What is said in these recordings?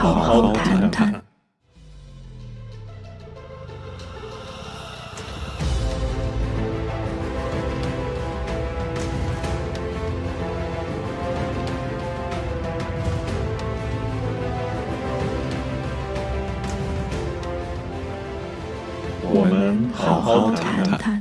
好好谈谈。我们好好谈谈。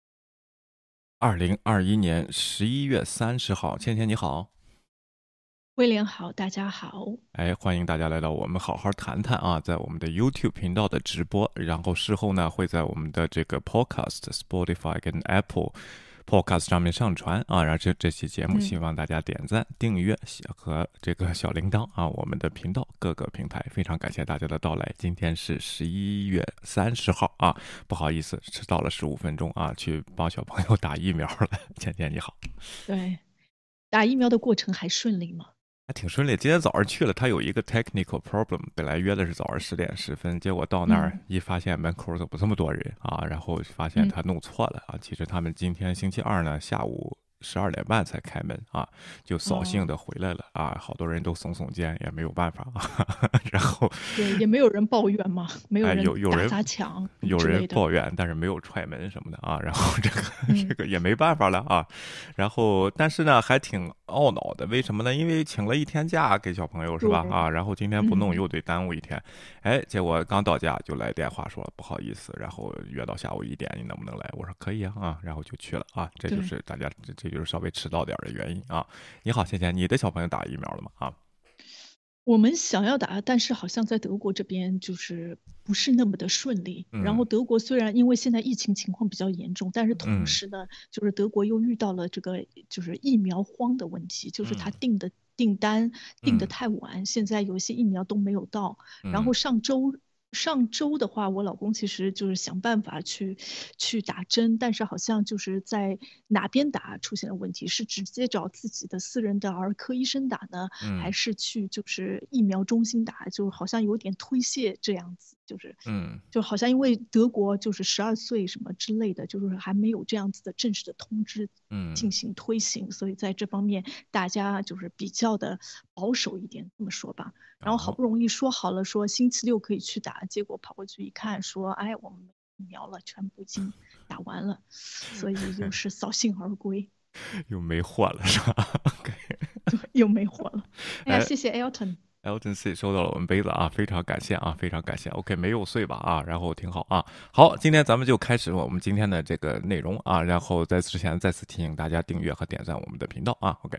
2021年11月30号，倩倩你好。 威廉好，大家好。 欢迎大家来到我们好好谈谈啊，在我们的 YouTube 频道的直播，然后事后呢会在我们的这个 Podcast、Spotify 跟 Apple Podcast 上面上传啊。然后这期节目希望大家点赞、订阅和这个小铃铛啊，我们的频道各个平台，非常感谢大家的到来。今天是11月30号啊，不好意思，迟到了15分钟啊，去帮小朋友打疫苗了。倩倩你好。 对，打疫苗的过程还顺利吗？ 还挺顺利，今天早上去了，他有一个 technical problem，本来约的是早上10点10分，结果到那儿一发现门口怎么这么多人啊，然后发现他弄错了啊。其实他们今天星期二呢下午12点半才开门啊，就扫兴的回来了啊，好多人都耸耸肩，也没有办法啊。然后对，也没有人抱怨嘛，没有人打砸抢有人抱怨，但是没有踹门什么的啊。然后这个也没办法了啊。然后但是呢还挺懊恼的，为什么呢？因为请了一天假给小朋友是吧啊，然后今天不弄又得耽误一天。结果刚到家就来电话说不好意思，然后约到下午1点，你能不能来？我说可以啊，然后就去了啊。这就是大家这就是稍微迟到点的原因啊。你好，倩倩，你的小朋友打疫苗了吗？啊， 我们想要打，但是好像在德国这边就是不是那么的顺利。然后德国虽然因为现在疫情情况比较严重，但是同时呢，就是德国又遇到了这个就是疫苗荒的问题，就是他订单订得太晚，现在有一些疫苗都没有到。然后上周的话，我老公其实就是想办法去打针，但是好像就是在哪边打出现了问题，是直接找自己的私人的儿科医生打呢，还是去就是疫苗中心打？就好像有点推卸这样子，就好像因为德国就是12岁什么之类的，就是还没有这样子的正式的通知进行推行，所以在这方面大家就是比较的保守一点，这么说吧。然后好不容易说好了，说星期六可以去打，结果跑过去一看，说，哎，我们没疫苗了，全部已经打完了，所以又是扫兴而归， 又没货了是吧？ 对，又没货了。哎呀，谢谢 Elton。Elton C 收到了我们杯子啊，非常感谢啊，非常感谢。OK， 没有碎吧啊，然后挺好啊。好，今天咱们就开始我们今天的这个内容啊，然后在此之前再次提醒大家订阅和点赞我们的频道啊。OK。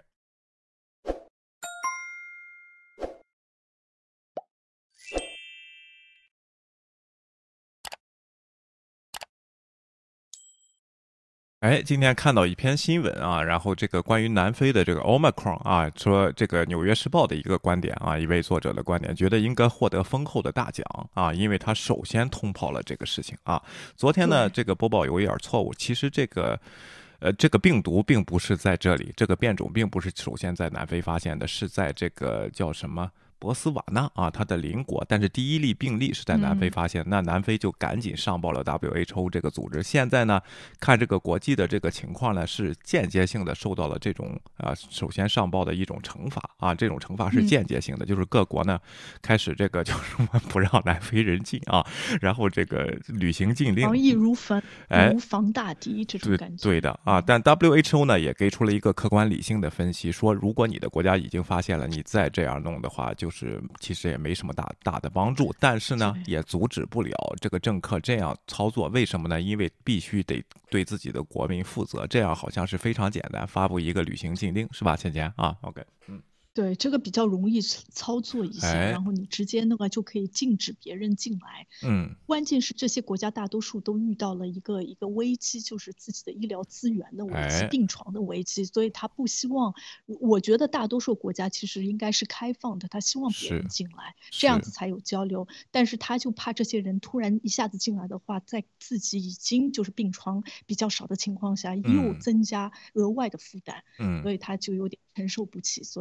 今天看到一篇新闻啊，然后这个关于南非的这个 Omicron 啊，说这个《纽约时报》的一个观点啊，一位作者的观点，觉得应该获得丰厚的大奖啊，因为他首先通报了这个事情啊。昨天呢，这个播报有一点错误，其实这个病毒并不是在这里，这个变种并不是首先在南非发现的，是在这个叫什么？博斯瓦纳啊，它的邻国，但是第一例病例是在南非发现，那南非就赶紧上报了 WHO 这个组织。现在呢，看这个国际的这个情况呢，是间接性的受到了这种首先上报的一种惩罚啊，这种惩罚是间接性的，就是各国呢开始这个叫什么不让南非人进啊，然后这个旅行禁令， 防疫如防大敌这种感觉。 对的啊，但 WHO 呢也给出了一个客观理性的分析，说如果你的国家已经发现了，你再这样弄的话，就是其实也没什么大的帮助，但是呢也阻止不了这个政客这样操作。为什么呢？因为必须得对自己的国民负责，这样好像是非常简单，发布一个旅行禁令是吧？倩倩啊 ，OK， 对，这个比较容易操作一下，然后你直接那个就可以禁止别人进来。关键是这些国家大多数都遇到了一个危机，就是自己的医疗资源的危机、病床的危机，所以他不希望。我觉得大多数国家其实应该是开放的，他希望别人进来，这样子才有交流。但是他就怕这些人突然一下子进来的话，在自己已经就是病床比较少的情况下，又增加额外的负担，所以他就有点承受不起，所以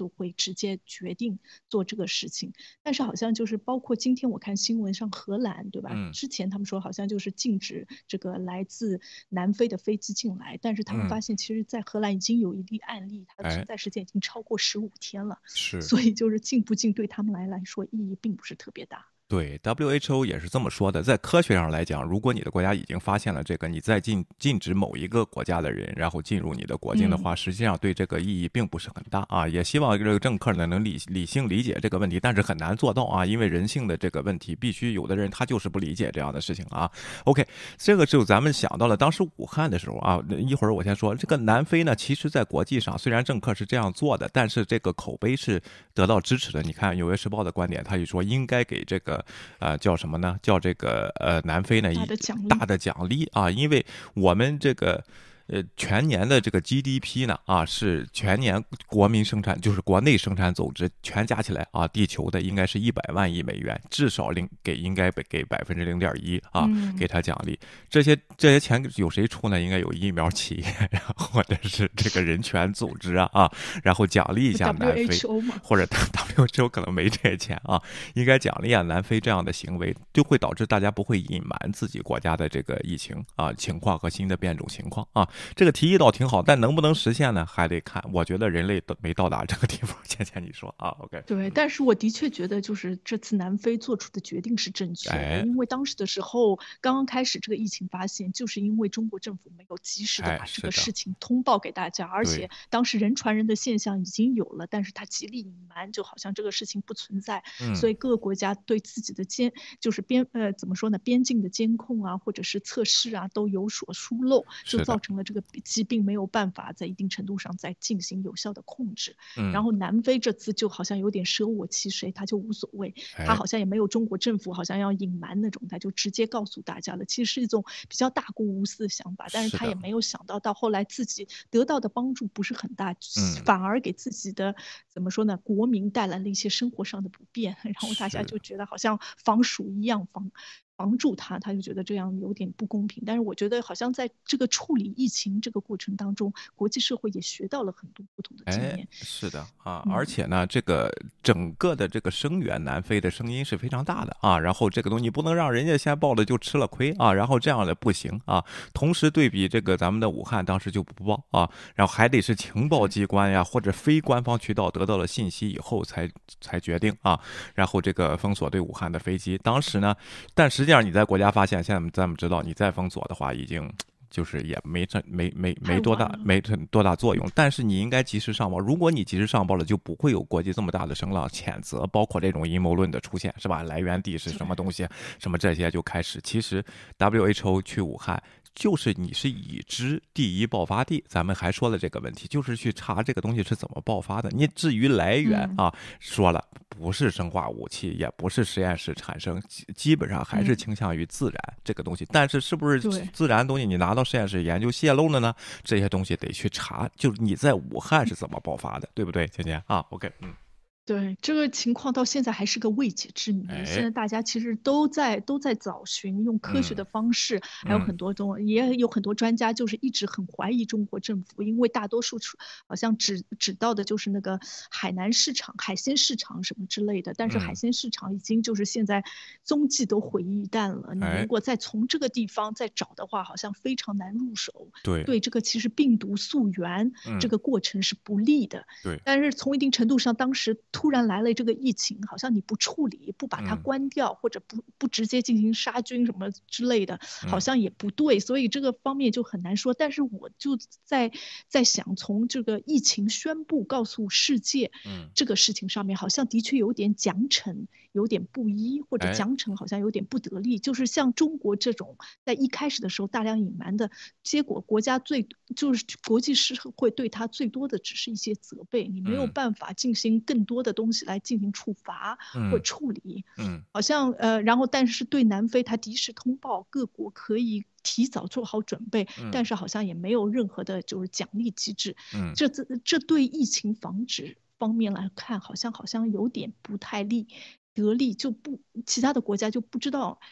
就会直接决定做这个事情。但是好像就是包括今天我看新闻上荷兰，对吧？之前他们说好像就是禁止这个来自南非的飞机进来，但是他们发现其实在荷兰已经有一例案例，它的存在时间已经超过15天了，所以就是禁不禁对他们来说意义并不是特别大。 对 ，WHO 也是这么说的。在科学上来讲，如果你的国家已经发现了这个，你再禁止某一个国家的人，然后进入你的国境的话，实际上对这个意义并不是很大啊。也希望这个政客呢能理性理解这个问题，但是很难做到啊，因为人性的这个问题，必须有的人他就是不理解这样的事情啊。OK， 这个就咱们想到了当时武汉的时候啊，一会儿我先说这个南非呢，其实在国际上虽然政客是这样做的，但是这个口碑是得到支持的。你看《纽约时报》的观点，他就说应该给这个。叫什么呢？叫这个南非呢大的奖励啊，因为我们这个。全年的这个 GDP 呢，是全年国民生产，就是国内生产总值全加起来啊，地球的应该是100万亿美元，至少应该给0.1%啊，给他奖励。这些钱有谁出呢？应该有疫苗企业，然后或者是这个人权组织啊，然后奖励一下南非，或者 WHO 可能没这些钱啊，应该奖励啊南非这样的行为，就会导致大家不会隐瞒自己国家的这个疫情情况和新的变种情况啊。这个提议倒挺好，但能不能实现呢？还得看。我觉得人类都没到达这个地方。倩倩，你说啊 ？OK。 对，但是我的确觉得，就是这次南非做出的决定是正确的，因为当时的时候刚刚开始这个疫情发现，就是因为中国政府没有及时的把这个事情通报给大家，而且当时人传人的现象已经有了，但是他极力隐瞒，就好像这个事情不存在，所以各个国家对自己的就是怎么说呢，边境的监控啊，或者是测试啊，都有所疏漏，就造成了这个疾病没有办法在一定程度上再进行有效的控制。然后南非这次就好像有点舍我其谁，他就无所谓，他好像也没有中国政府好像要隐瞒那种，他就直接告诉大家了。其实是一种比较大公无私的想法，但是他也没有想到后来自己得到的帮助不是很大，反而给自己的怎么说呢，国民带来了一些生活上的不便，然后大家就觉得好像防鼠一样防住他就觉得这样有点不公平。但是我觉得好像在这个处理疫情这个过程当中，国际社会也学到了很多不同的经验。 是的啊，而且呢，这个整个的这个声援南非的声音是非常大的啊。然后这个东西不能让人家先报了就吃了亏啊，然后这样的不行啊。同时对比这个咱们的武汉当时就不报啊，然后还得是情报机关呀或者非官方渠道得到了信息以后才决定啊，然后这个封锁对武汉的飞机。当时呢，但实际上你在国家发现，现在咱们知道，你再封锁的话，已经就是也没多大作用。但是你应该及时上报，如果你及时上报了，就不会有国际这么大的声浪谴责，包括这种阴谋论的出现，是吧？来源地是什么东西，什么这些就开始。其实 WHO 去武汉。就是你是已知第一爆发地，咱们还说了这个问题，就是去查这个东西是怎么爆发的。你至于来源说了不是生化武器，也不是实验室产生，基本上还是倾向于自然这个东西。但是是不是自然的东西你拿到实验室研究泄露了呢？这些东西得去查，就是你在武汉是怎么爆发的，对不对，芊芊啊 ？OK， 对，这个情况到现在还是个未解之谜。现在大家其实都在找寻用科学的方式，还有很多也有很多专家就是一直很怀疑中国政府，因为大多数好像指到的就是那个海南市场、海鲜市场什么之类的，但是海鲜市场已经就是现在踪迹都毁于一旦了。你如果再从这个地方再找的话，好像非常难入手。对这个其实病毒溯源这个过程是不利的。但是从一定程度上，当时突然来了这个疫情，好像你不处理，不把它关掉，或者不直接进行杀菌什么之类的，好像也不对，所以这个方面就很难说。但是我就在想，从这个疫情宣布告诉世界这个事情上面，好像的确有点奖惩有点不一，或者奖惩好像有点不得力。就是像中国这种在一开始的时候大量隐瞒的结果，国家就是国际社会对他最多的只是一些责备，你没有办法进行更多的东西来进行处罚或处理。好像然后但是对南非他及时通报，各国可以提早做好准备，但是好像也没有任何的就是奖励机制。这对疫情防止方面来看，好像有点不太得力，其他的国家就不知道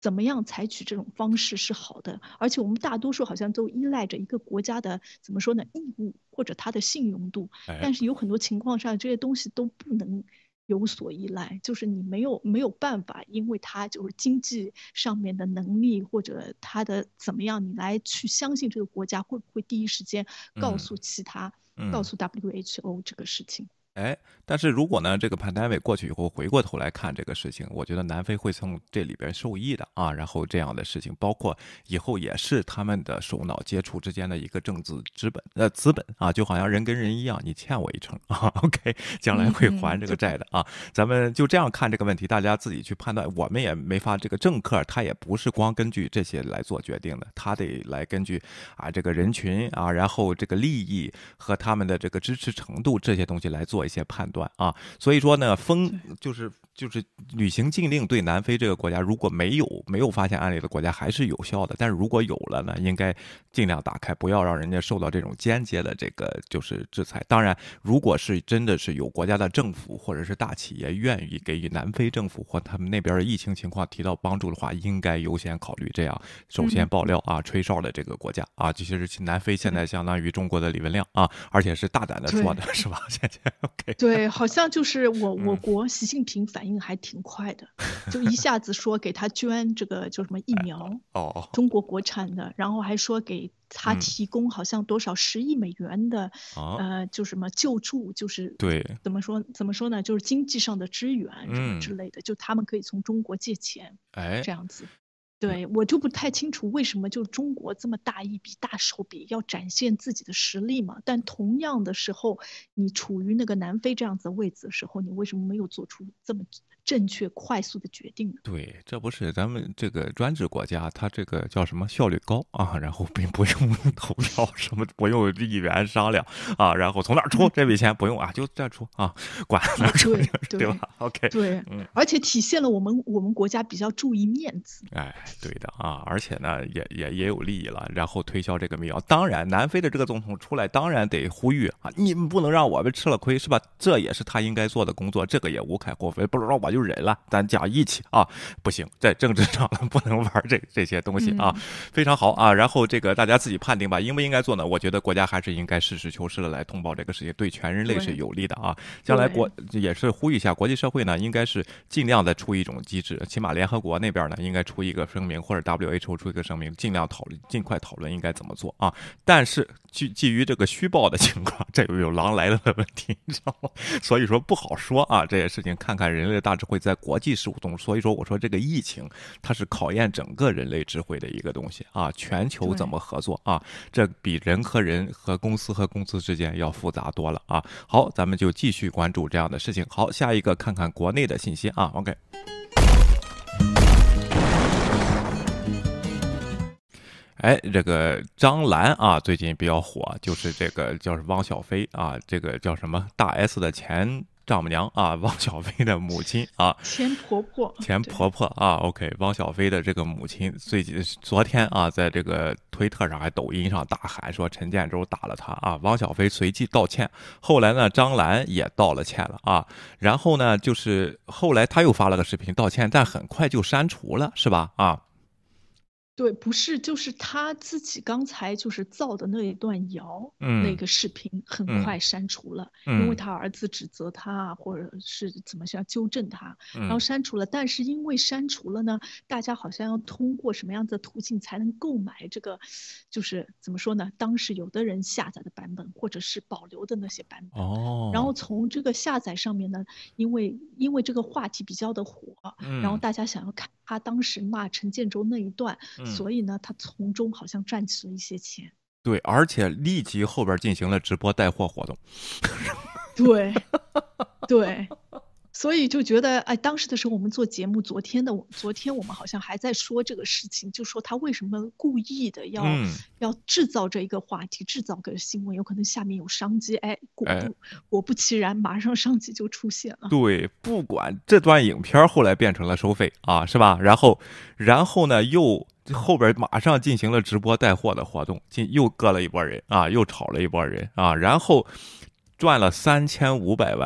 怎么样采取这种方式是好的，而且我们大多数好像都依赖着一个国家的怎么说呢义务或者它的信用度，但是有很多情况下这些东西都不能有所依赖，就是你没有办法，因为他就是经济上面的能力或者他的怎么样，你来去相信这个国家会不会第一时间告诉告诉 WHO 这个事情。 但是如果呢，这个 pandemic 过去以后，回过头来看这个事情，我觉得南非会从这里边受益的啊。然后这样的事情，包括以后也是他们的首脑接触之间的一个政治资本啊，就好像人跟人一样，你欠我一程啊 ，OK， 将来会还这个债的啊。咱们就这样看这个问题，大家自己去判断。我们也没法，这个政客他也不是光根据这些来做决定的，他得来根据啊这个人群啊，然后这个利益和他们的这个支持程度这些东西来做一些判断啊，所以说呢，就是旅行禁令对南非这个国家，如果没有发现案例的国家还是有效的，但是如果有了呢，应该尽量打开，不要让人家受到这种间接的这个就是制裁。当然，如果是真的是有国家的政府或者是大企业愿意给予南非政府或他们那边的疫情情况提到帮助的话，应该优先考虑这样首先爆料啊吹哨的这个国家啊，其实是南非现在相当于中国的李文亮啊，而且是大胆的说的是吧？现在 OK。 对，好像就是我国习近平反应还挺快的，就一下子说给他捐这个就什么疫苗，中国国产的，然后还说给他提供好像多少10亿美元的，就什么救助，就是对怎么说呢，就是经济上的支援什么之类的，就他们可以从中国借钱，这样子。对，我就不太清楚为什么就中国这么大一笔大手笔要展现自己的实力嘛，但同样的时候，你处于那个南非这样子的位置的时候，你为什么没有做出这么正确快速的决定呢？ 对，这不是咱们这个专制国家，它这个叫什么效率高啊，然后并不用投票，什么不用议员商量啊，然后从哪儿出这笔钱不用啊，就这出啊，管哪儿出对吧 ？OK， 对，而且体现了我们国家比较注意面子。 对的啊，而且呢，也有利益了，然后推销这个民谣。当然，南非的这个总统出来，当然得呼吁啊，你们不能让我们吃了亏，是吧？这也是他应该做的工作，这个也无可厚非。不能让我就忍了，咱讲义气啊，不行，在政治上不能玩这些东西啊，非常好啊。然后这个大家自己判定吧，应不应该做呢？我觉得国家还是应该实事求是的来通报这个事情，对全人类是有利的啊。将来也是呼吁一下国际社会呢，应该是尽量的出一种机制，起码联合国那边呢应该出一个声明，或者 WHO 出一个声明，尽快讨论应该怎么做啊。但是基于这个虚报的情况，这有狼来了的问题，你知道吗？所以说不好说啊，这些事情看看人类的大智慧在国际事务中。所以说我说这个疫情它是考验整个人类智慧的一个东西啊，全球怎么合作啊，这比人和人和公司和公司之间要复杂多了啊。好，咱们就继续关注这样的事情。好，下一个看看国内的信息啊 OK。这个张兰啊，最近比较火，就是这个叫汪小菲啊，这个叫什么大 S 的前丈母娘啊，汪小菲的母亲啊， 前婆婆啊 ，OK， 汪小菲的这个母亲昨天啊，在这个推特上还抖音上大喊说陈建州打了他啊，汪小菲随即道歉，后来呢，张兰也道了歉了啊，然后呢，就是后来他又发了个视频道歉，但很快就删除了，是吧？啊。 对，不是，就是他自己刚才就是造的那一段谣，那个视频很快删除了，因为他儿子指责他，或者是怎么想纠正他，然后删除了。但是因为删除了呢，大家好像要通过什么样的途径才能购买这个，就是怎么说呢？当时有的人下载的版本，或者是保留的那些版本。然后从这个下载上面呢，因为这个话题比较的火，然后大家想要看他当时骂陈建州那一段。所以呢，他从中好像赚取了一些钱。 对，而且立即后边进行了直播带货活动。 对，所以就觉得，当时的时候我们做节目，昨天我们好像还在说这个事情，就说他为什么故意的要制造这一个话题，制造个新闻，有可能下面有商机。果不其然，马上商机就出现了。 对，不管这段影片后来变成了收费啊，是吧？然后呢，又后边马上进行了直播带货的活动，又割了一波人啊，又炒了一波人啊，然后赚了3500万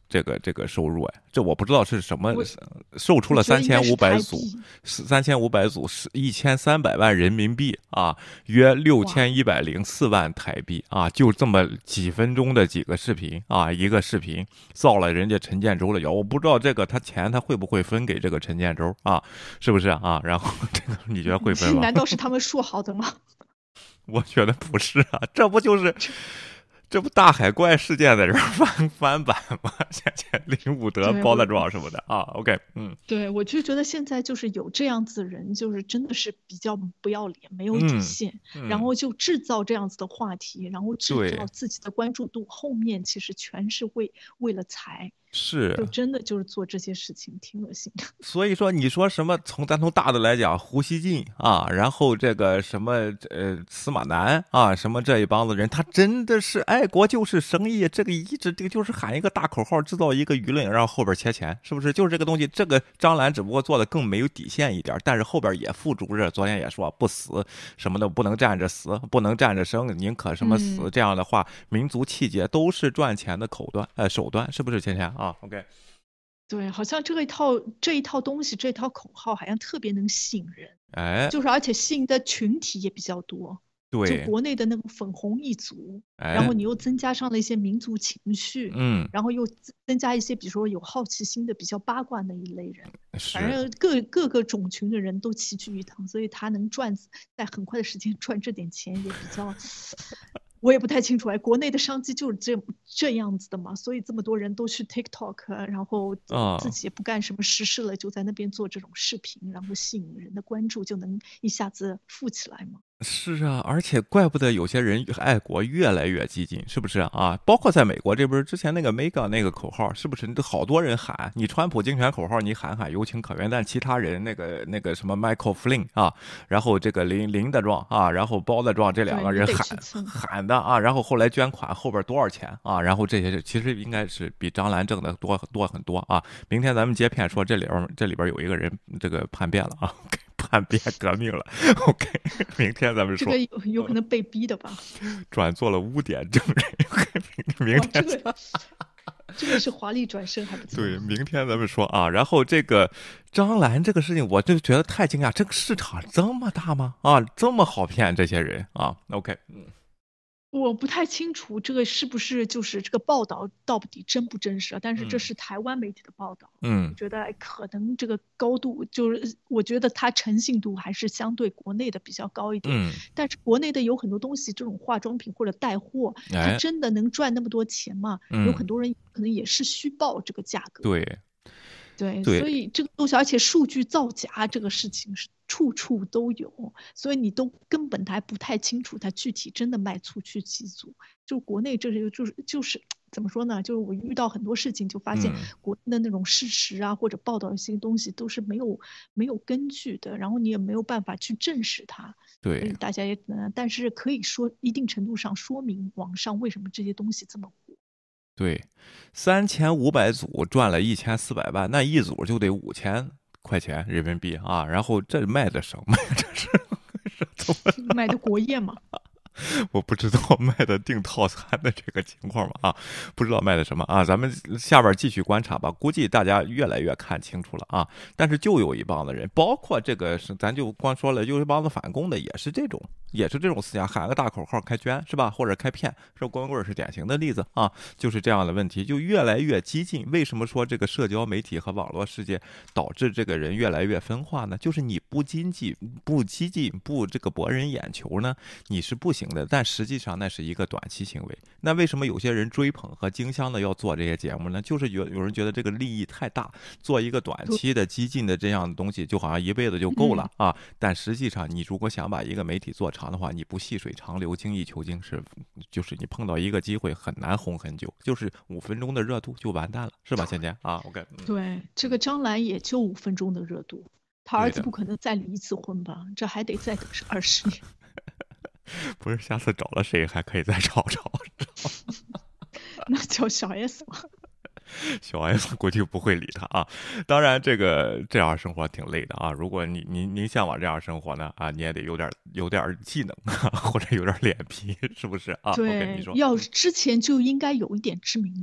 这个收入哎，这我不知道是什么， 我售出了我觉得应该是台 3500组， 币。 3500组是1300万人民币啊，约哇， 6104万台币啊，就这么几分钟的几个视频啊，一个视频造了人家陈建州的谣，我不知道这个他会不会分给这个陈建州啊，是不是啊？然后这个你觉得会分吗？ 难道是他们说好的吗？ 我觉得不是啊，这不大海怪事件的人翻版吗？现在林伍德、 对， 包大壮什么的啊？OK， 对，我就觉得现在就是有这样子的人，就是真的是比较不要脸，没有底嗯线，然嗯， 后就制造这样子的话题，然后制造对， 自己的关注度，后面其实全是为了财， 是。 就真的就是做这些事情，挺恶心的。 所以说，你说什么？咱从大的来讲，胡锡进啊，然后这个什么司马南啊，什么这一帮子人，他真的是爱国就是生意，这个一直这个就是喊一个大口号，制造一个舆论，然后后边切钱，是不是？就是这个东西。这个张澜只不过做的更没有底线一点，但是后边也附注着，昨天也说不死什么的，不能站着死，不能站着生，宁可什么死嗯， 这样的话，民族气节都是赚钱的手段，是不是？芊芊啊，OK， 对，好像这一套东西，这套口号好像特别能吸引人， 哎， 就是而且吸引的群体也比较多，就对， 国内的那个粉红一族，然哎， 后你又增加上了一些民族情绪， 嗯。 然后又增加一些比如说有好奇心的比较八卦那一类人，反是正各个种群的人都齐聚一堂，所以他能在很快的时间赚这点钱也比较。我也不太清楚哎，国内的商机就是这样子的嘛，所以这么多人都去 TikTok，然后自啊， 己也不干什么实事了，就在那边做这种视频，然后吸引人的关注，就能一下子富起来嘛。 是啊，而且怪不得有些人爱国越来越激进，是不是啊？包括在美国这不是之前那个 Mega 那个口号，是不是都好多人喊？你川普竞选口号你喊喊有情可原，但其他人那个什么 Michael Flynn 啊，然后这个林大壮啊，然后包大壮这两对你得个人喊去蹭。 喊的啊，然后后来捐款后边多少钱啊？然后这些其实应该是比张兰挣的多很多啊。明天咱们接片说这里边有一个人这个叛变了啊。叛变革命了，OK，明天咱们说， 这个有可能被逼的吧？ 转做了污点证人，明哇， 天这个是华丽转身，还不错。 对，明天咱们说啊。然后这个张兰这个事情，我就觉得太惊讶，这个市场这么大吗？啊，这么好骗这些人啊？OK， 我不太清楚这个是不是就是这个报道到底真不真实啊？但是这嗯是台湾媒体的报道，我嗯觉得可能这个高度就是，我觉得它诚信度还是相对国内的比较高一点。 嗯， 但是国内的有很多东西，这种化妆品或者带货，它哎， 真的能赚那么多钱吗？有嗯， 很多人可能也是虚报这个价格。 对对， 对所以这个东西，而且数据造假这个事情是处处都有，所以你都根本还不太清楚它具体真的卖出去几组。就国内这是就是怎么说呢？就是我遇到很多事情，就发现嗯国内的那种事实啊，或者报道一些东西都是没有根据的，然后你也没有办法去证实它。所对以大家也但是可以说一定程度上说明网上为什么这些东西这么火。 对，3500组赚了1400万，那一组就得5000块钱人民币啊。然后这卖的什么呀？这是卖的国宴嘛。 我不知道卖的订套餐的这个情况嘛啊，不知道卖的什么啊，咱们下边继续观察吧，估计大家越来越看清楚了啊。但是就有一帮子人，包括这个是咱就光说了，有一帮子反共的也是这种思想，喊个大口号开捐是吧，或者开骗，说光棍是典型的例子啊，就是这样的问题就越来越激进。为什么说这个社交媒体和网络世界导致这个人越来越分化呢？就是你不经济、不激进、不这个博人眼球呢，你是不行的，但实际上那是一个短期行为。那为什么有些人追捧和竞相的要做这些节目呢？就是有人觉得这个利益太大，做一个短期的激进的这样的东西，就好像一辈子就够了啊。但实际上，你如果想把一个媒体做长的话，你不细水长流、精益求精，就是你碰到一个机会很难红很久，就是5分钟的热度就完蛋了，是吧？芊芊啊，OK， 对，这个张兰也就5分钟的热度，他儿对的， 子不可能再离一次婚吧？这还得再等20年。 不是下次找了谁还可以再找找。 那叫小 S 嘛。 小 S 估计不会理他啊。当然，这样生活挺累的啊。如果您向往这样生活呢啊，你也得有点技能啊，或者有点脸皮，是不是啊？OK，你对， 说， 要之前就应该有一点知名度，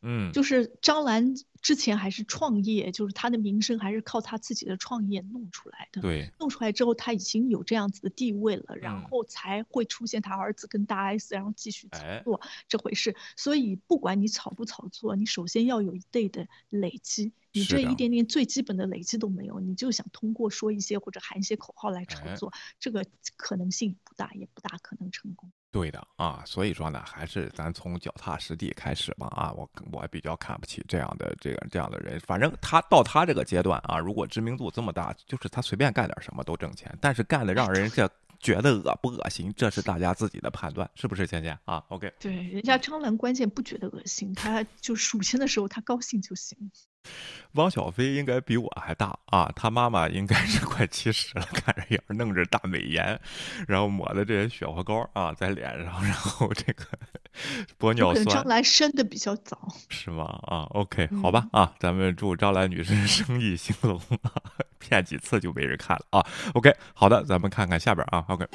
就是张兰之前还是创业，就是她的名声还是靠她自己的创业弄出来的。 对， 弄出来之后，她已经有这样子的地位了，然后才会出现她儿子跟大 S，然后继续炒作这回事。所以不管你炒不炒作，你首先要有一定的累积。你这一点点最基本的累积都没有，你就想通过说一些或者喊一些口号来炒作，这个可能性不大，也不大可能成功。 对的啊，所以说呢，还是咱从脚踏实地开始吧啊，我比较看不起这样的这样的人。反正他到他这个阶段啊，如果知名度这么大，就是他随便干点什么都挣钱，但是干的让人家觉得恶不恶心，这是大家自己的判断，是不是，芊芊啊 ？OK， 对，人家张兰关键不觉得恶心，他就数钱的时候他高兴就行。 汪小菲应该比我还大啊，他妈妈应该是快70了，看着也是弄着大美颜，然后抹的这些雪花膏啊在脸上，然后这个玻尿酸。 张兰生的比较早， 是吗？啊 ，OK， 好吧啊，咱们祝张兰女士生意兴隆啊，骗几次就没人看了啊。OK， 好的，咱们看看下边啊。OK。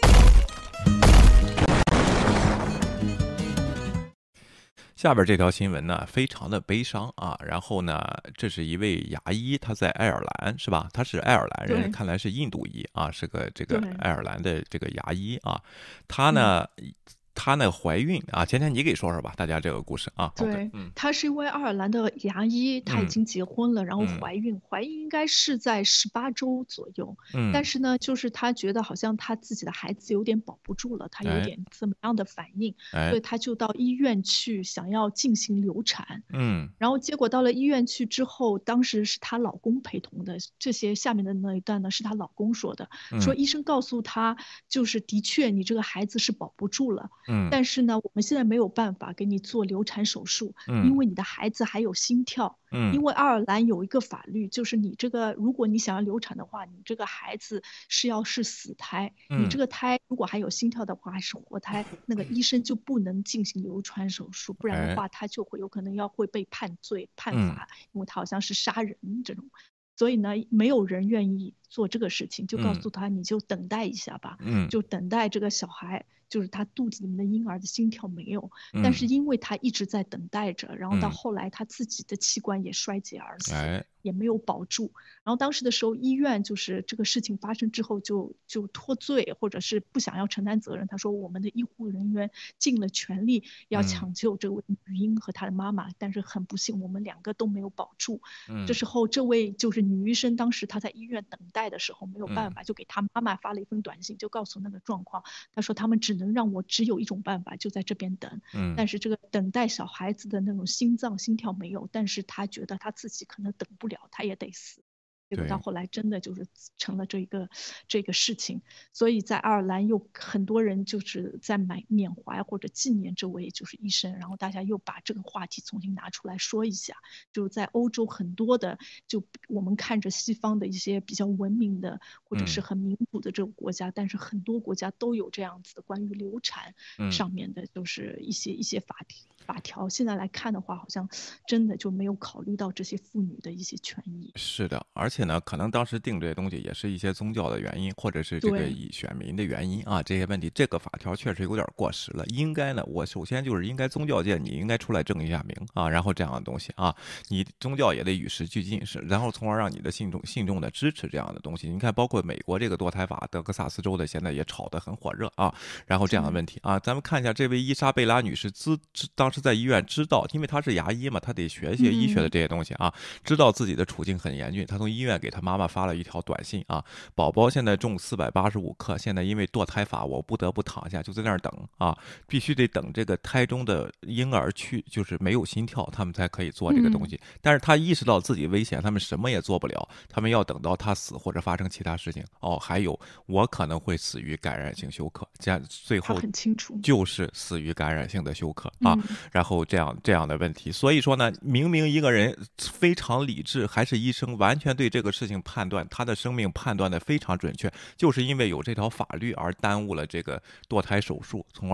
下边这条新闻呢，非常的悲伤啊。然后呢，这是一位牙医，他在爱尔兰是吧？他是爱尔兰人，看来是印度裔啊，是个这个爱尔兰的这个牙医啊。他呢怀孕啊，芊芊你给说说吧，大家这个故事啊。 对，她是一位爱尔兰的牙医，她已经结婚了，然后怀孕应该是在18周左右。但是呢，就是她觉得好像她自己的孩子有点保不住了，她有点怎么样的反应，所以她就到医院去想要进行流产。然后结果到了医院去之后，当时是她老公陪同的，这些下面的那一段呢是她老公说的，说医生告诉她，就是的确你这个孩子是保不住了。但是呢，我们现在没有办法给你做流产手术，因为你的孩子还有心跳。因为爱尔兰有一个法律，就是你这个，如果你想要流产的话，你这个孩子是死胎，你这个胎如果还有心跳的话，还是活胎，那个医生就不能进行流产手术，不然的话，他就会有可能会被判罪判罚，因为他好像是杀人这种。所以呢，没有人愿意做这个事情，就告诉他，你就等待一下吧，就等待这个小孩，就是他肚子里面的婴儿的心跳没有，但是因为他一直在等待着，然后到后来他自己的器官也衰竭而死。也没有保住，然后当时的时候，医院就是这个事情发生之后就脱罪，或者是不想要承担责任。他说我们的医护人员尽了全力要抢救这位女婴和她的妈妈，但是很不幸，我们2个都没有保住。这时候这位就是女医生，当时她在医院等待的时候没有办法，就给她妈妈发了一封短信，就告诉那个状况。她说他们只能让我只有一种办法，就在这边等。但是这个等待小孩子的那种心跳没有，但是她觉得她自己可能等不了。他也得死，结果到后来真的就是成了这个事情，所以在爱尔兰又很多人就是在缅怀或者纪念这位就是医生，然后大家又把这个话题重新拿出来说一下。就在欧洲很多的，就我们看着西方的一些比较文明的或者是很民主的这个国家，但是很多国家都有这样子的关于流产上面的，就是一些法条。现在来看的话，好像真的就没有考虑到这些妇女的一些权益。 是的，而且呢，可能当时定这些东西也是一些宗教的原因，或者是这个以选民的原因啊，这些问题，这个法条确实有点过时了。应该呢，我首先就是应该宗教界你应该出来正一下名啊，然后这样的东西啊，你宗教也得与时俱进，然后从而让你的信众的支持这样的东西。你看，包括美国这个堕胎法，德克萨斯州的现在也炒得很火热啊，然后这样的问题啊，咱们看一下这位伊莎贝拉女士当时在医院知道，因为她是牙医嘛，她得学一些医学的这些东西啊，知道自己的处境很严峻，她从医院给她妈妈发了一条短信啊，宝宝现在重485克，现在因为堕胎法，我不得不躺下，就在那儿等啊，必须得等这个胎中的婴儿就是没有心跳，他们才可以做这个东西。但是她意识到自己危险，他们什么也做不了，他们要等到她死或者发生其他事情。哦，还有我可能会死于感染性休克，最后很清楚就是死于感染性的休克啊。然后这样的问题，所以说呢，明明一个人非常理智，还是医生，完全对这个事情判断，他的生命判断的非常准确，就是因为有这条法律而耽误了这个堕胎手术，从而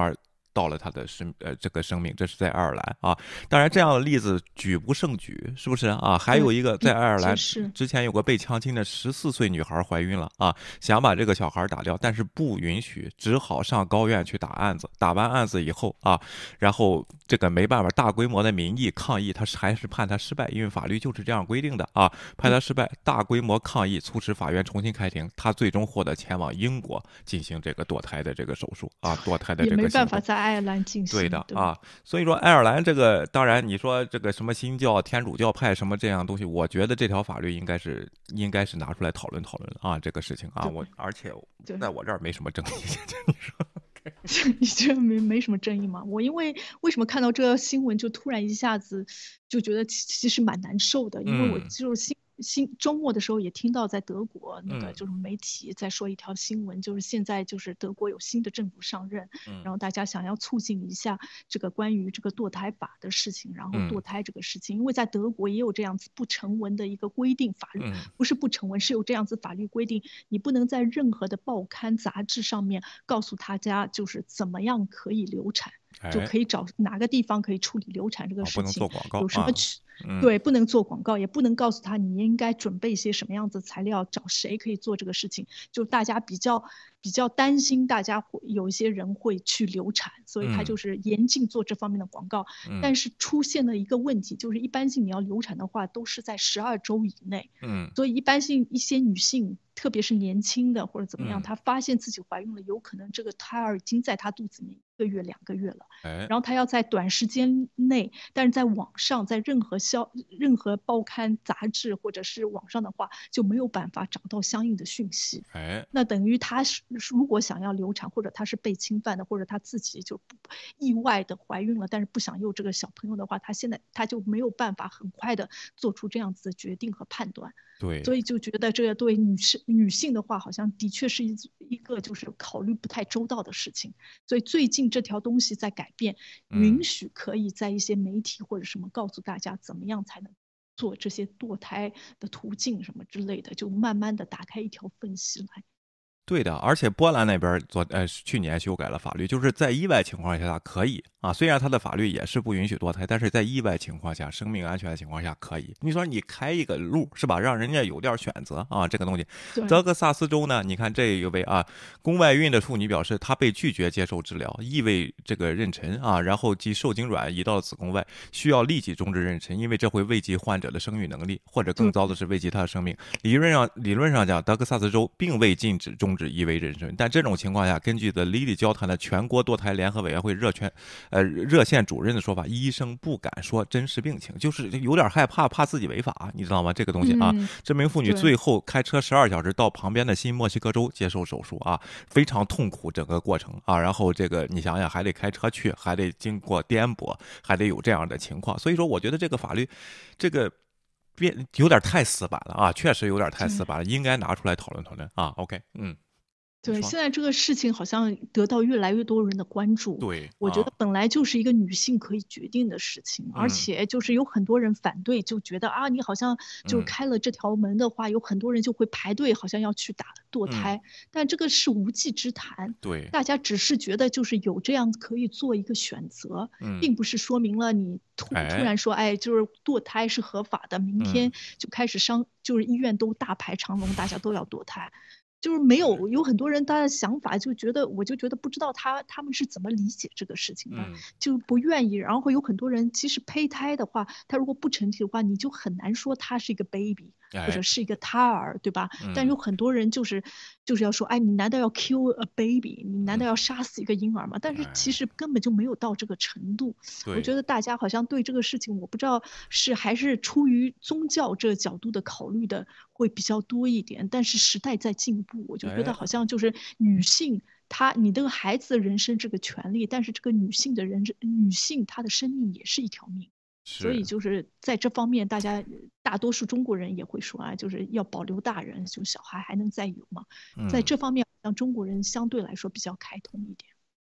到了他的这个生命，这是在爱尔兰啊。当然，这样的例子举不胜举，是不是啊？还有一个在爱尔兰之前有个被强奸的14岁女孩怀孕了啊，想把这个小孩打掉，但是不允许，只好上高院去打案子。打完案子以后啊，然后这个没办法，大规模的民意抗议，他还是判他失败，因为法律就是这样规定的啊，判他失败，大规模抗议促使法院重新开庭，他最终获得前往英国进行这个堕胎的这个手术啊，堕胎的这个也没办法在爱尔兰进行。 对的啊，所以说爱尔兰这个，当然你说这个什么新教、天主教派什么这样东西，我觉得这条法律应该是拿出来讨论讨论啊，这个事情啊，而且在我这儿没什么争议，你说。 你觉得没什么争议吗？我因为什么看到这个新闻就突然一下子就觉得其实蛮难受的，因为我就是周末的时候也听到在德国那个就是媒体在说一条新闻，就是现在就是德国有新的政府上任，然后大家想要促进一下这个关于这个堕胎法的事情，然后堕胎这个事情，因为在德国也有这样子不成文的一个规定，法律不是不成文，是有这样子法律规定，你不能在任何的报刊杂志上面告诉大家就是怎么样可以流产。就可以找哪个地方可以处理流产这个事情， 不能做广告， 有什么对，不能做广告，也不能告诉他你应该准备一些什么样子材料，找谁可以做这个事情。就大家比较担心，大家有一些人会去流产，所以他就是严禁做这方面的广告。但是出现了一个问题，就是一般性你要流产的话，都是在12周以内。所以一般性一些女性，特别是年轻的或者怎么样，她发现自己怀孕了，有可能这个胎儿已经在她肚子里面1个月、2个月了。然后她要在短时间内，但是在网上，在任何报刊杂志或者是网上的话，就没有办法找到相应的讯息。那等于她如果想要流产，或者她是被侵犯的，或者她自己就意外的怀孕了，但是不想有这个小朋友的话，她就没有办法很快的做出这样子的决定和判断。 对， 所以就觉得这个对女性的话，好像的确是一个就是考虑不太周到的事情。所以最近这条东西在改变，允许可以在一些媒体或者什么告诉大家怎么样才能做这些堕胎的途径什么之类的，就慢慢的打开一条缝隙来。 对的，而且波兰那边去年修改了法律，就是在意外情况下可以啊，虽然他的法律也是不允许堕胎，但是在意外情况下、生命安全的情况下可以。你说你开一个路是吧，让人家有点选择啊，这个东西。德克萨斯州呢，你看这一位啊，宫外孕的妇女表示，她被拒绝接受治疗，意味这个妊娠啊，然后即受精卵移到了子宫外，需要立即终止妊娠，因为这会危及患者的生育能力，或者更糟的是危及她的生命。理论上讲，德克萨斯州并未禁止终止异位妊娠，但这种情况下，根据的莉莉交谈的全国堕胎联合委员会热线主任的说法，医生不敢说真实病情，就是有点害怕，怕自己违法，你知道吗？这个东西啊，这名妇女最后开车12小时到旁边的新墨西哥州接受手术啊，非常痛苦整个过程啊，然后这个你想想还得开车去，还得经过颠簸，还得有这样的情况，所以说我觉得这个法律，这个。有点太死板了啊，确实有点太死板了，应该拿出来讨论讨论啊。OK， 对，现在这个事情好像得到越来越多人的关注。 对， 我觉得本来就是一个女性可以决定的事情，而且就是有很多人反对，就觉得啊，你好像就开了这条门的话，有很多人就会排队，好像要去打堕胎，但这个是无稽之谈。 对， 大家只是觉得就是有这样可以做一个选择，并不是说明了你突然说，哎，就是堕胎是合法的，明天就开始就是医院都大排长龙，大家都要堕胎。就是没有很多人他的想法就觉得，我就觉得不知道他们是怎么理解这个事情的，就不愿意。然后会有很多人，其实胚胎的话，他如果不成体的话，你就很难说他是一个 baby 或者是一个胎儿，对吧？但有很多人就是要说，哎，你难道要 kill a baby？你难道要杀死一个婴儿吗？但是其实根本就没有到这个程度。我觉得大家好像对这个事情，我不知道是还是出于宗教这角度的考虑的会比较多一点，但是时代在进步。我就觉得好像就是女性，你这个孩子的人生这个权利，但是这个女性她的生命也是一条命，所以就是在这方面，大多数中国人也会说啊，就是要保留大人，就小孩还能再有嘛。在这方面，好像中国人相对来说比较开通一点。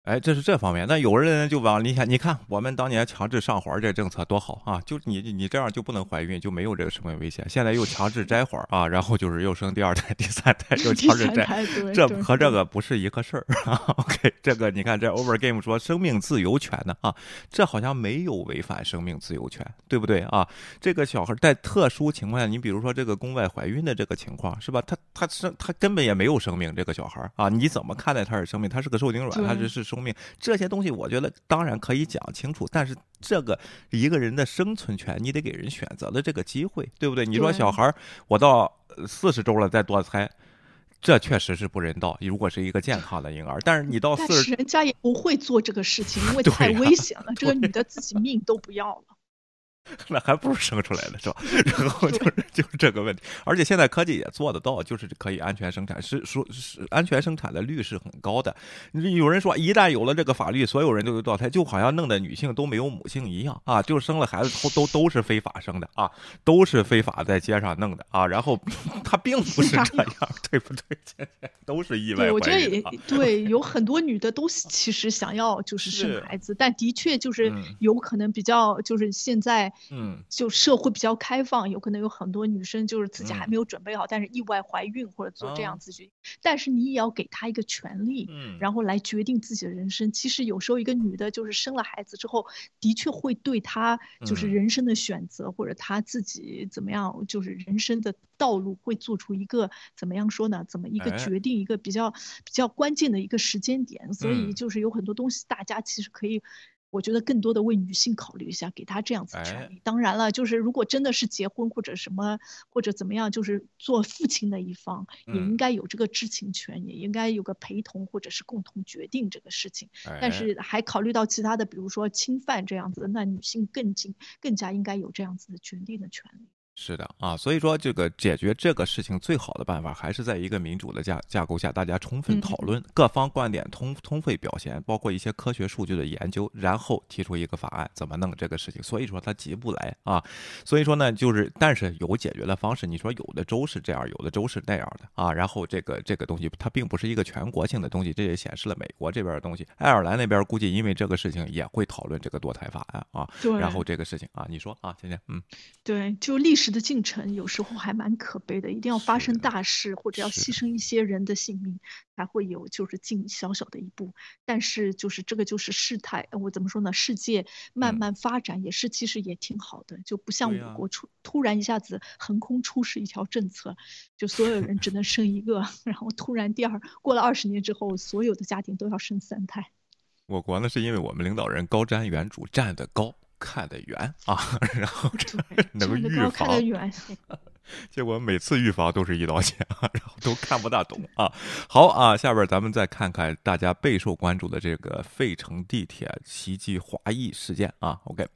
哎，这是这方面。那有人就往你看，我们当年强制上环这政策多好啊！就你这样就不能怀孕，就没有这个生命危险。现在又强制摘环啊，然后就是又生第二胎、第三胎，又强制摘，这和这个不是一个事儿啊。OK， 这个你看这 Overgame 说生命自由权呢啊，这好像没有违反生命自由权，对不对啊？这个小孩在特殊情况下，你比如说这个宫外怀孕的这个情况是吧？他根本也没有生命，这个小孩啊，你怎么看待他是生命？他是个受精卵，他是生命，这些东西我觉得当然可以讲清楚，但是这个一个人的生存权，你得给人选择的这个机会，对不对？你说小孩我到40周了再堕胎，这确实是不人道。如果是一个健康的婴儿，但是你到40，但是人家也不会做这个事情，因为太危险了，这个女的自己命都不要了。 那还不如生出来了，是吧？然后就是这个问题，而且现在科技也做得到，就是可以安全生产，是安全生产的率是很高的。有人说，一旦有了这个法律，所有人都有堕胎，就好像弄得女性都没有母性一样啊，就生了孩子都是非法生的啊，都是非法在街上弄的啊。然后他并不是这样，对不对？都是意外怀孕。 我觉得也对，有很多女的都其实想要就是生孩子，但的确就是有可能比较就是现在。就社会比较开放，有可能有很多女生就是自己还没有准备好，但是意外怀孕或者做这样子决定，但是你也要给她一个权利，然后来决定自己的人生。其实有时候一个女的，就是生了孩子之后，的确会对她就是人生的选择，或者她自己怎么样，就是人生的道路会做出一个怎么样说呢？怎么一个决定，一个比较关键的一个时间点。所以就是有很多东西，大家其实可以。我觉得更多的为女性考虑一下，给她这样子的权利。当然了，就是如果真的是结婚或者什么或者怎么样，就是做父亲的一方也应该有这个知情权，也应该有个陪同或者是共同决定这个事情。但是还考虑到其他的，比如说侵犯这样子，那女性更加应该有这样子的决定的权利。 是的啊，所以说这个解决这个事情最好的办法，还是在一个民主的架构下，大家充分讨论，各方观点充分表现，包括一些科学数据的研究，然后提出一个法案，怎么弄这个事情。所以说它急不来啊，所以说呢，就是但是有解决的方式。你说有的州是这样，有的州是那样的啊。然后这个东西它并不是一个全国性的东西，这也显示了美国这边的东西。爱尔兰那边估计因为这个事情也会讨论这个堕胎法案啊。然后这个事情啊，你说啊，倩倩， 对，就历史的进程有时候还蛮可悲的，一定要发生大事或者要牺牲一些人的性命，才会有就是进小小的一步。但是就是这个就是事态，我怎么说呢？世界慢慢发展也是其实也挺好的，就不像我国突然一下子横空出世一条政策，就所有人只能生一个，然后突然过了20年之后，所有的家庭都要生3胎。 我国呢是因为我们领导人高瞻远瞩，站得高。看得远啊，然后能预防， 看得远， 结果每次预防都是一刀切，然后都看不大懂啊。好啊，下边咱们再看看大家备受关注的这个费城地铁袭击华裔事件啊。OK。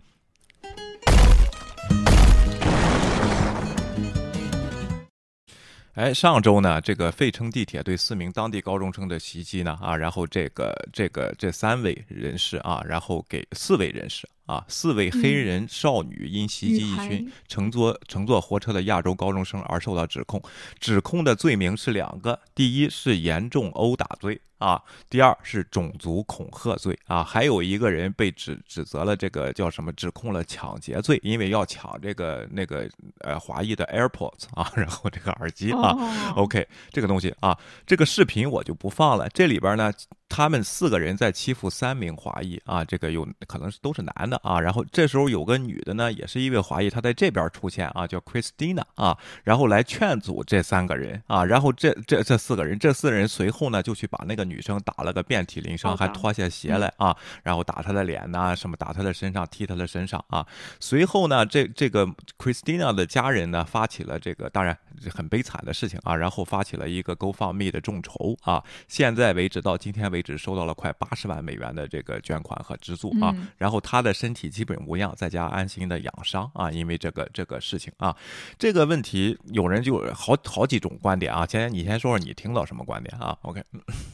上周呢，这个费城地铁对4名当地高中生的袭击呢，然后这3位人士啊，然后给4位人士。4位黑人少女因袭击一群乘坐火车的亚洲高中生而受到指控的罪名是2个，第一是严重殴打罪第二是种族恐吓罪还有一个人被指责了这个叫什么，指控了抢劫罪，因为要抢这个华裔的 AirPods 然后这个耳机OK， 这个东西这个视频我就不放了，这里边呢。他们4个人在欺负3名华裔这个有可能都是男的然后这时候有个女的呢，也是一位华裔，她在这边出现叫 Christina 然后来劝阻这3个人然后这4个人，这4人随后呢就去把那个女生打了个遍体鳞伤，还脱下鞋来然后打她的脸呐，什么打她的身上，踢她的身上随后呢，这个 Christina 的家人呢发起了这个当然很悲惨的事情然后发起了一个 GoFundMe 的众筹现在为止到今天为止收到了快80万美元的这个捐款和资助然后他的身体基本无恙，在家安心的养伤因为这个事情这个问题有人就好几种观点倩倩，你先说说你听到什么观点OK。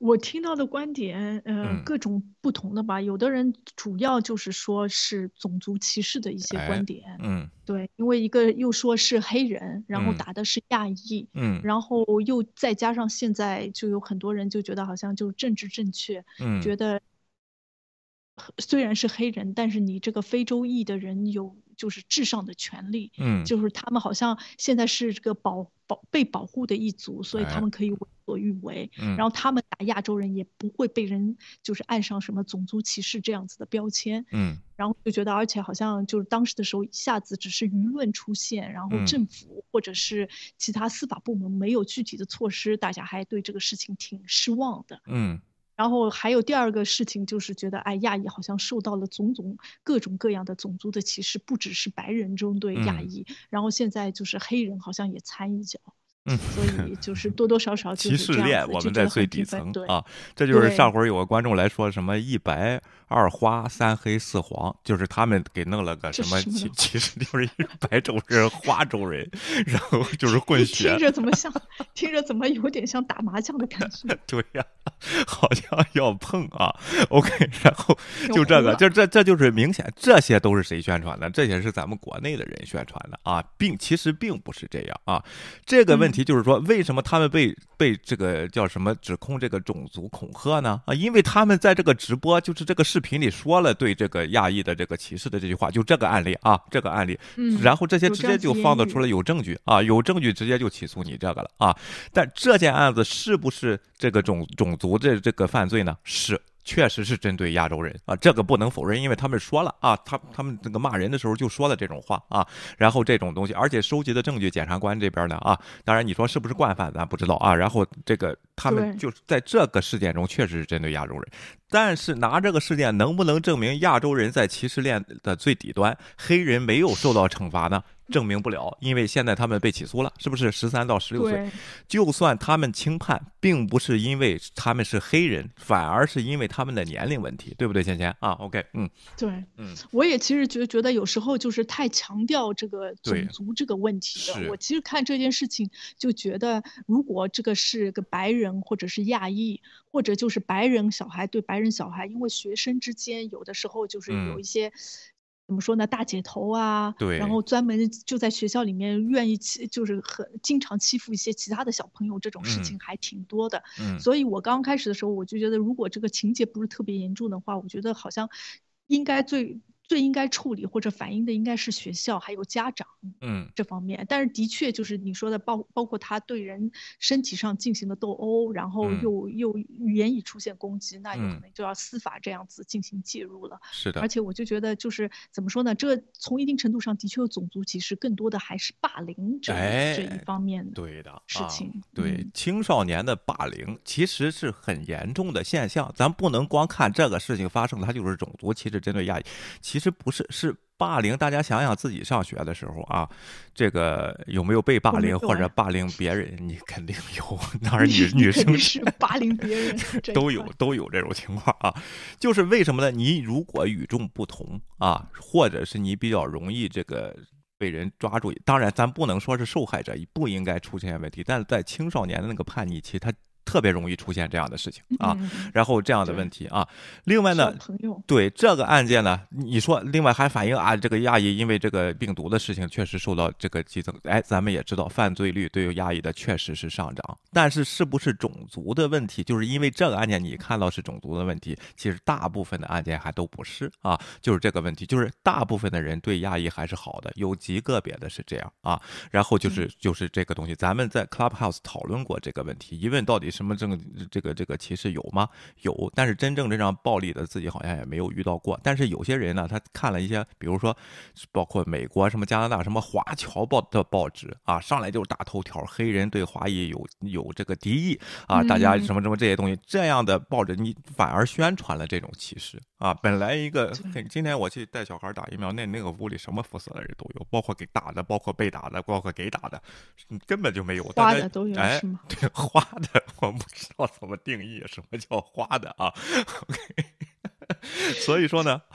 我听到的观点， 嗯各种不同的吧。有的人主要就是说是种族歧视的一些哎观点， 嗯对，因为一个又说是黑人，然后嗯打的是亚裔， 嗯然后又再加上现在就有很多人就觉得好像就政治正确， 嗯觉得虽然是黑人，但是你这个非洲裔的人有就是至上的权利， 嗯就是他们好像现在是这个被保护的一族，所以他哎们可以为所欲为。 嗯然后他们打亚洲人也不会被人就是按上什么种族歧视这样子的标签。 嗯然后就觉得，而且好像就是当时的时候，一下子只是舆论出现，然后嗯政府或者是其他司法部门没有具体的措施，大家还对这个事情挺失望的。 嗯然后还有第二个事情就是觉得，哎，亚裔好像受到了各种各样的种族的歧视，不只是白人中对亚嗯裔，然后现在就是黑人好像也掺一脚， 嗯。 所以就是多多少少就歧是这样视链， 子， 我们在就觉得最底很平分。对层啊，这就是上对， 回有个观众来说什么一白二花三黑四黄，就是他们给弄了个这什么是什么呢？ 其实就是一个白种人、花种人，然后就是混血， 听着怎么像，听着怎么有点像打麻将的感觉， 对呀、好像要碰啊。OK，然后有就这个， 胡了。 这就是明显，这些都是谁宣传的？这些是咱们国内的人宣传的啊，其实并不是这样啊。这个问题嗯， 就是说，为什么他们被这个叫什么指控这个种族恐吓呢？啊，因为他们在这个直播，就是这个视频里说了对这个亚裔的这个歧视的这句话，就这个案例啊，这个案例，然后这些有这样子直接就言语， 放得出来，有证据啊，有证据直接就起诉你这个了啊。但这件案子是不是这个种族这个犯罪呢？是。确实是针对亚洲人啊，这个不能否认，因为他们说了啊，他们这个骂人的时候就说了这种话啊，然后这种东西，而且收集的证据，检察官这边呢啊，当然你说是不是惯犯咱不知道啊，然后这个他们对， 就是在这个事件中确实是针对亚洲人，但是拿这个事件能不能证明亚洲人在歧视链的最底端，黑人没有受到惩罚呢？证明不了，因为现在他们被起诉了，是不是13到16岁？ 对， 就算他们轻判，并不是因为他们是黑人，反而是因为他们的年龄问题，对不对，芊芊啊？OK， 对， 嗯， 我也其实觉得有时候就是太强调这个对， 种族这个问题了。 是， 我其实看这件事情就觉得，如果这个是个白人或者是亚裔，或者就是白人小孩对白人小孩，因为学生之间有的时候就是有嗯， 一些。怎么说呢？大姐头啊，然对， 后专门就在学校里面愿意就是经常欺负一些其他的小朋友，这种事嗯情还挺多的。 嗯所以我刚开始的时候，我就觉得，如果这个情节不是特别严重的话，我觉得好像应该最应该处理或者反映的应该是学校还有家长嗯， 这方面。但是的确就是你说的包括他对人身体上进行的斗殴，然后嗯又语言出现攻击，那有可嗯， 能就要司法这样子进行介入了。 是的。 而且我就觉得就是怎么说呢，这从一定程度上的确有种族歧视，更多的还是霸凌这一哎， 方面的对的啊， 事情。 对青少年的霸凌其实是很严重的现象，咱不能光看这个事情发生了，它就是种族歧视针对亚裔，其实不是，是霸凌。大家想想自己上学的时候啊，这个有没有被霸我没凌或者有哎， 霸凌别人？你肯定有，当然你女生肯定是霸凌别人这一都有块。 都有这种情况啊，就是为什么呢？你如果与众不同啊，或者是你比较容易这个被人抓住，当然咱不能说是受害者不应该出现问题，但是在青少年的那个叛逆期，他特别容易出现这样的事情啊， 嗯， 然后这样的问对， 题啊。另外小呢， 朋友， 对这个案件呢，你说另外还反映啊，这个亚裔因为这个病毒的事情确实受到这个激增，哎，咱们也知道犯罪率对于亚裔的确实是上涨，但是是不是种族的问题？就是因为这个案件你看到是种族的问题，其实大部分的案件还都不是啊，就是这个问题，就是大部分的人对亚裔还是好的，有极个别的是这样啊，然后就是这个东西，咱们在 Clubhouse 讨论过这个问题，一问到底什么这个歧视有吗？有，但是真正这样暴力的自己好像也没有遇到过。但是有些人呢，他看了一些，比如说包括美国、什么加拿大、什么华侨的报纸啊，上来就是大头条，黑人对华裔有这个敌意啊，大家嗯， 什么这些东西，这样的报纸你反而宣传了这种歧视啊。本来一个对， 今天我去带小孩打疫苗，那个屋里什么肤色的人都有，包括给打的，包括被打的，包括给打的，根本就没有。大家花的都有哎， 是吗？ 对花的，我不知道怎么定义什么叫花的啊。OK，所以说呢，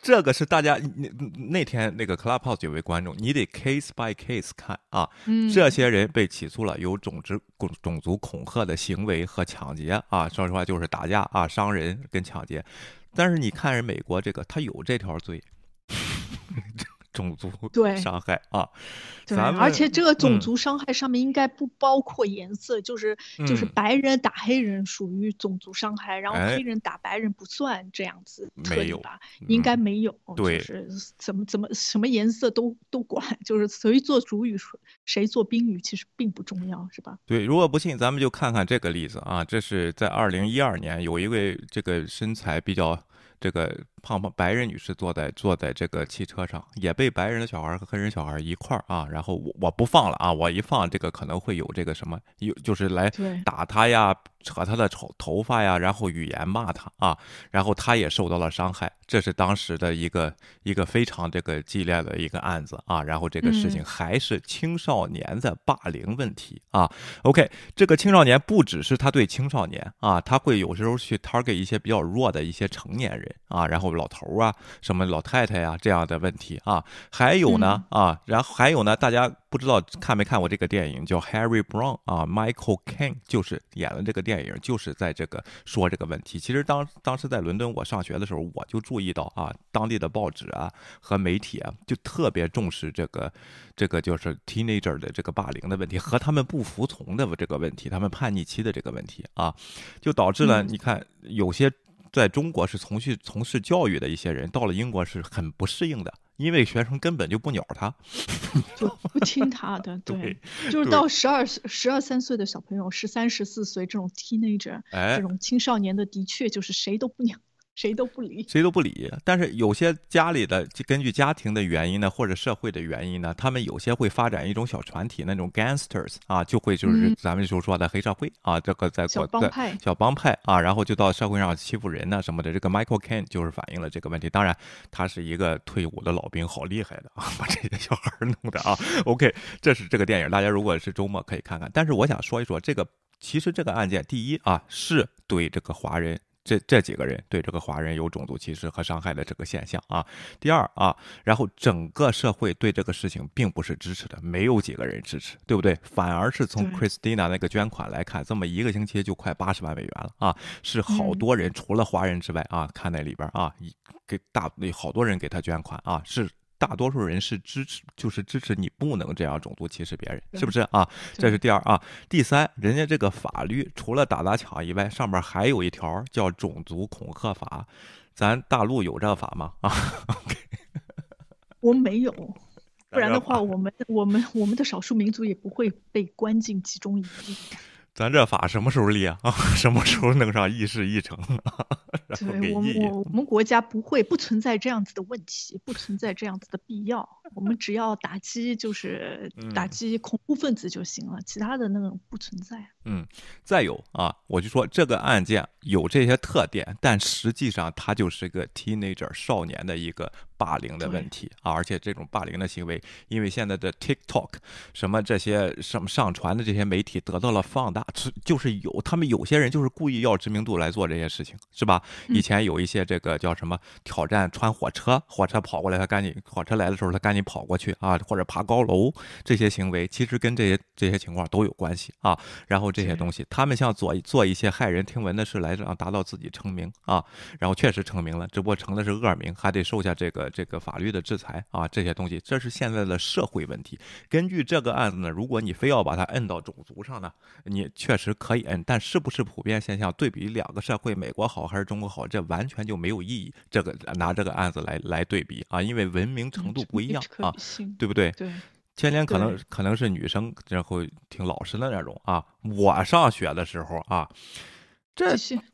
这个是大家那天那个 Clubhouse 有位观众，你得 case by case 看啊。这些人被起诉了，有种族恐吓的行为和抢劫啊，说实话就是打架啊，伤人跟抢劫。但是你看人美国这个，他有这条罪。种族伤害啊， 对，而且这个种族伤害上面应该不包括颜色，就是白人打黑人属于种族伤害，然后黑人打白人不算这样子特例吧？应该没有， 对， 就是什么颜色都管，就是谁做主语谁做宾语其实并不重要，是吧？ 对，如果不信，咱们就看看这个例子啊，这是在2012年，有一位这个身材比较这个胖白人女士坐在这个汽车上，也被白人的小孩和黑人小孩一块儿啊，然后我不放了啊，我一放这个可能会有这个什么，就是来打他呀，扯他的头发呀，然后语言骂他啊，然后他也受到了伤害，这是当时的一个非常这个激烈的一个案子啊，然后这个事情还是青少年的霸凌问题啊。OK， 这个青少年不只是他对青少年啊，他会有时候去 target 一些比较弱的一些成年人啊，然后老头啊，什么老太太呀这样的问题啊，还有呢啊，然后还有呢，大家不知道看没看过这个电影叫 Harry Brown 啊 ，Michael Caine 就是演了这个电影，就是在这个说这个问题。其实当时在伦敦我上学的时候，我就注意到啊，当地的报纸啊和媒体啊就特别重视这个就是 teenager 的这个霸凌的问题和他们不服从的这个问题，他们叛逆期的这个问题啊，就导致了你看有些在中国是从事教育的一些人，到了英国是很不适应的，因为学生根本就不鸟他， 就不听他的。对，就是到12、13岁的小朋友，13、14岁这种 teenager，这种青少年的，的确就是谁都不鸟。谁都不理， 但是有些家里的根据家庭的原因呢，或者社会的原因呢，他们有些会发展一种小团体，那种 gangsters 啊，就会就是咱们就说的黑社会啊，这个在小帮派啊，然后就到社会上欺负人呐什么的。这个 Michael Caine 就是反映了这个问题。当然，他是一个退伍的老兵，好厉害的啊，把这些小孩弄的啊。OK， 这是这个电影，大家如果是周末可以看看。但是我想说一说这个，其实这个案件，第一啊，是对这个华人。这几个人对这个华人有种族歧视和伤害的这个现象啊。第二啊，然后整个社会对这个事情并不是支持的，没有几个人支持，对不对？反而是从 Christina 那个捐款来看，这么一个星期就快80万美元了啊，是好多人除了华人之外啊，看那里边啊，好多人给他捐款啊，是。大多数人是支持你不能这样种族歧视别人，是不是啊？这是第二啊。第三，人家这个法律除了打抢以外，上面还有一条叫种族恐吓法，咱大陆有这个法吗？啊， 我没有，不然的话，我们的少数民族也不会被关进集中营。 咱这法什么时候立啊？什么时候弄上议事议程啊？ 对，我们国家不存在这样子的问题，不存在这样子的必要。我们只要打击恐怖分子就行了，其他的那种不存在。 再有啊，我就说这个案件有这些特点，但实际上它就是个 teenager 少年的一个霸凌的问题啊，而且这种霸凌的行为，因为现在的 TikTok 什么这些什么上传的这些媒体得到了放大，就是他们有些人就是故意要知名度来做这些事情，是吧？以前有一些这个叫什么挑战穿火车跑过来，火车来的时候他赶紧跑过去啊，或者爬高楼，这些行为其实跟这些情况都有关系啊。然后这些东西，他们像做一些骇人听闻的事来让达到自己成名啊，然后确实成名了，只不过成的是恶名，还得受下这个法律的制裁啊，这些东西，这是现在的社会问题。根据这个案子呢，如果你非要把它摁到种族上呢，你确实可以摁，但是不是普遍现象？对比两个社会，美国好还是中国好，这完全就没有意义。这个拿这个案子来对比啊，因为文明程度不一样啊，对不对？ 对。 千莲可能是女生，然后挺老实的那种啊。我上学的时候啊，这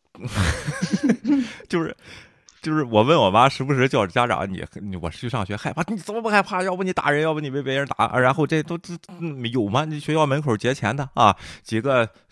就是我问我妈时不时叫家长，我去上学害怕，你怎么不害怕？要不你打人，要不你被别人打，然后这都有吗？你学校门口劫钱的啊，几个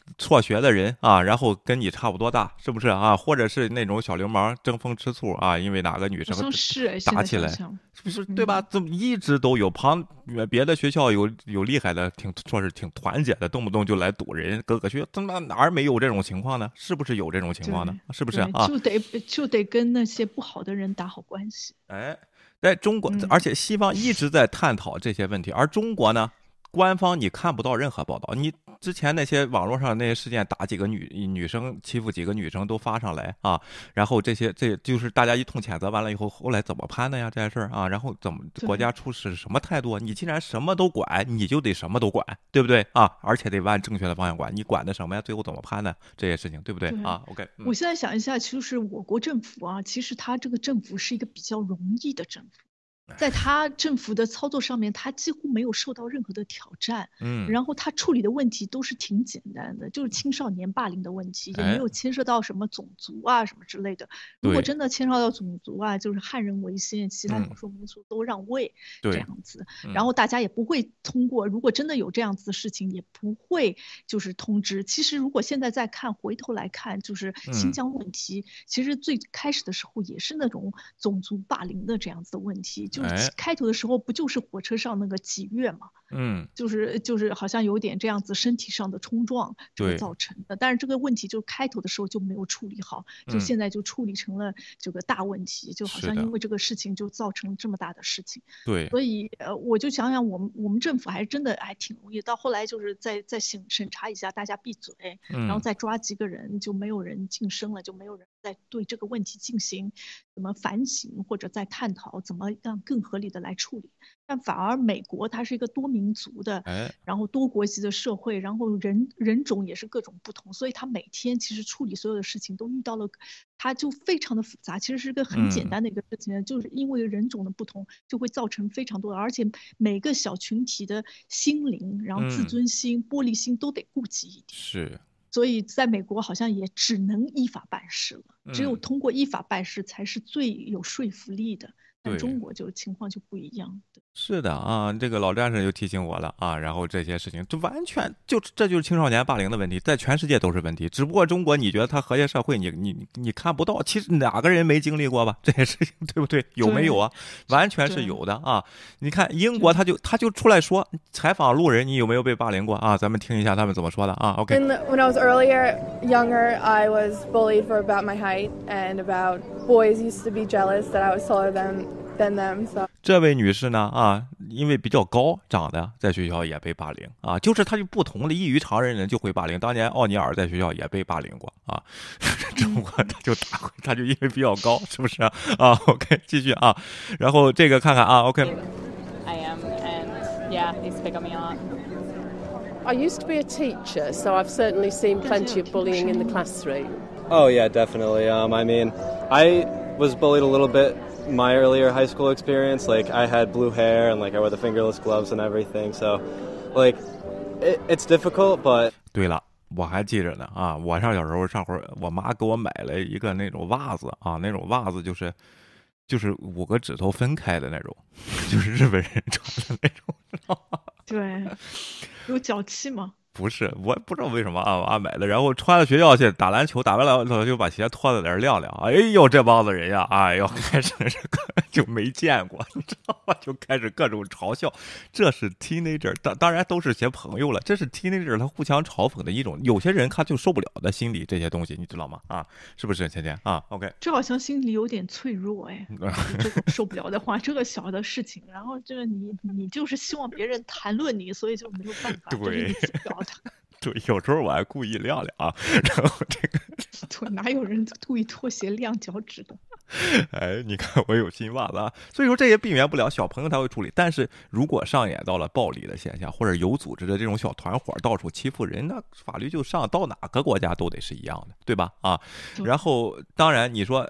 辍学的人啊，然后跟你差不多大，是不是啊？或者是那种小流氓争风吃醋啊，因为哪个女生打起来，是不是对吧？这么一直都有别的学校有厉害的，说是挺团结的，动不动就来堵人。各个学校怎么哪儿没有这种情况呢？是不是有这种情况呢？是不是啊？ 就得跟那些不好的人打好关系。 哎，在中国，而且西方一直在探讨这些问题，而中国呢？官方你看不到任何报道，你之前那些网络上那些事件，打几个女生欺负几个女生都发上来啊，然后这就是大家一通谴责完了以后，后来怎么判的呀这件事儿啊？然后怎么国家出是什么态度？你既然什么都管，你就得什么都管，对不对啊？而且得往正确的方向管，你管的什么呀？最后怎么判呢？这些事情对不对啊 ？OK， 我现在想一下，就是我国政府啊，其实它这个政府是一个比较容易的政府。在他政府的操作上面，他几乎没有受到任何的挑战。然后他处理的问题都是挺简单的，就是青少年霸凌的问题，也没有牵涉到什么种族啊什么之类的。如果真的牵涉到种族啊，就是汉人为先，其他少数民族都让位这样子。然后大家也不会通过，如果真的有这样子的事情，也不会就是通知。其实如果现在再看，回头来看，就是新疆问题，其实最开始的时候也是那种种族霸凌的这样子的问题。就是开头的时候不就是火车上那个几月嘛，就是好像有点这样子身体上的冲撞这个造成的，但是这个问题就开头的时候就没有处理好，就现在就处理成了这个大问题，就好像因为这个事情就造成了这么大的事情。 对， 所以我就想想我们政府还真的还挺容易，到后来就是再审查一下，大家闭嘴，然后再抓几个人，就没有人晋升了，就没有人再对这个问题进行怎么反省或者再探讨怎么让更合理的来处理。但反而美国它是一个多民族的，然后多国籍的社会，然后人种也是各种不同，所以他每天其实处理所有的事情都遇到了，他就非常的复杂。其实是个很简单的一个事情，就是因为人种的不同，就会造成非常多的，而且每个小群体的心灵，然后自尊心、玻璃心都得顾及一点。 是。 所以在美国好像也只能依法办事了，只有通过依法办事才是最有说服力的。但中国就情况就不一样。 是的啊，这个老战士又提醒我了啊，然后这些事情就完全这就是青少年霸凌的问题，在全世界都是问题，只不过中国你觉得它和谐社会，你看不到，其实哪个人没经历过吧？这些事情对不对？有没有啊？完全是有的啊！你看英国他就出来说，采访路人，你有没有被霸凌过啊？咱们听一下他们怎么说的啊 ？OK。 When I was younger, I was bullied for about my height, and about boys used to be jealous that I was taller than them. So. 这位女士呢啊，因为比较高长得，在学校也被霸凌啊，就是她就不同的异于常人就会霸凌。当年奥尼尔在学校也被霸凌过啊，中国他就因为比较高，是不是啊 ？OK， 继续啊，然后这个看看啊 ，OK。 I am, and yeah, he's picking me up. I used to be a teacher, so I've certainly seen plenty of bullying in the classroom. Oh yeah, definitely. I mean, I was bullied a little bit.My earlier high school experience, like I had blue hair and like I wore the fingerless gloves and everything, so like it's difficult, but 对了，我还记着呢啊，我上小时候上会儿，我妈给我买了一个那种袜子啊，那种袜子就是5个指头分开的那种，就是日本人穿的那种，知道吗？ 对，有脚气吗？ 不是，我不知道为什么啊，我妈买的，然后穿到学校去打篮球，打完了就把鞋脱在那儿晾晾。哎呦，这帮子人呀，哎呦，开始就没见过，你知道吗？就开始各种嘲笑。这是 teenager， 当然都是些朋友了，这是 teenager 他互相嘲讽的一种。有些人他就受不了的心理这些东西，你知道吗？啊，是不是芊芊啊 ？OK， 这好像心里有点脆弱哎，这个受不了的话，这个小的事情，然后这个你就是希望别人谈论你，所以就没有办法， 对， 你自表的。 对，有时候我还故意晾晾啊，然后这个对，哪有人故意脱鞋晾脚趾的？ 哎，你看我有新袜子啊，所以说这也避免不了小朋友他会处理，但是如果上演到了暴力的现象，或者有组织的这种小团伙到处欺负人，那法律就上，到哪个国家都得是一样的，对吧？啊，然后当然你说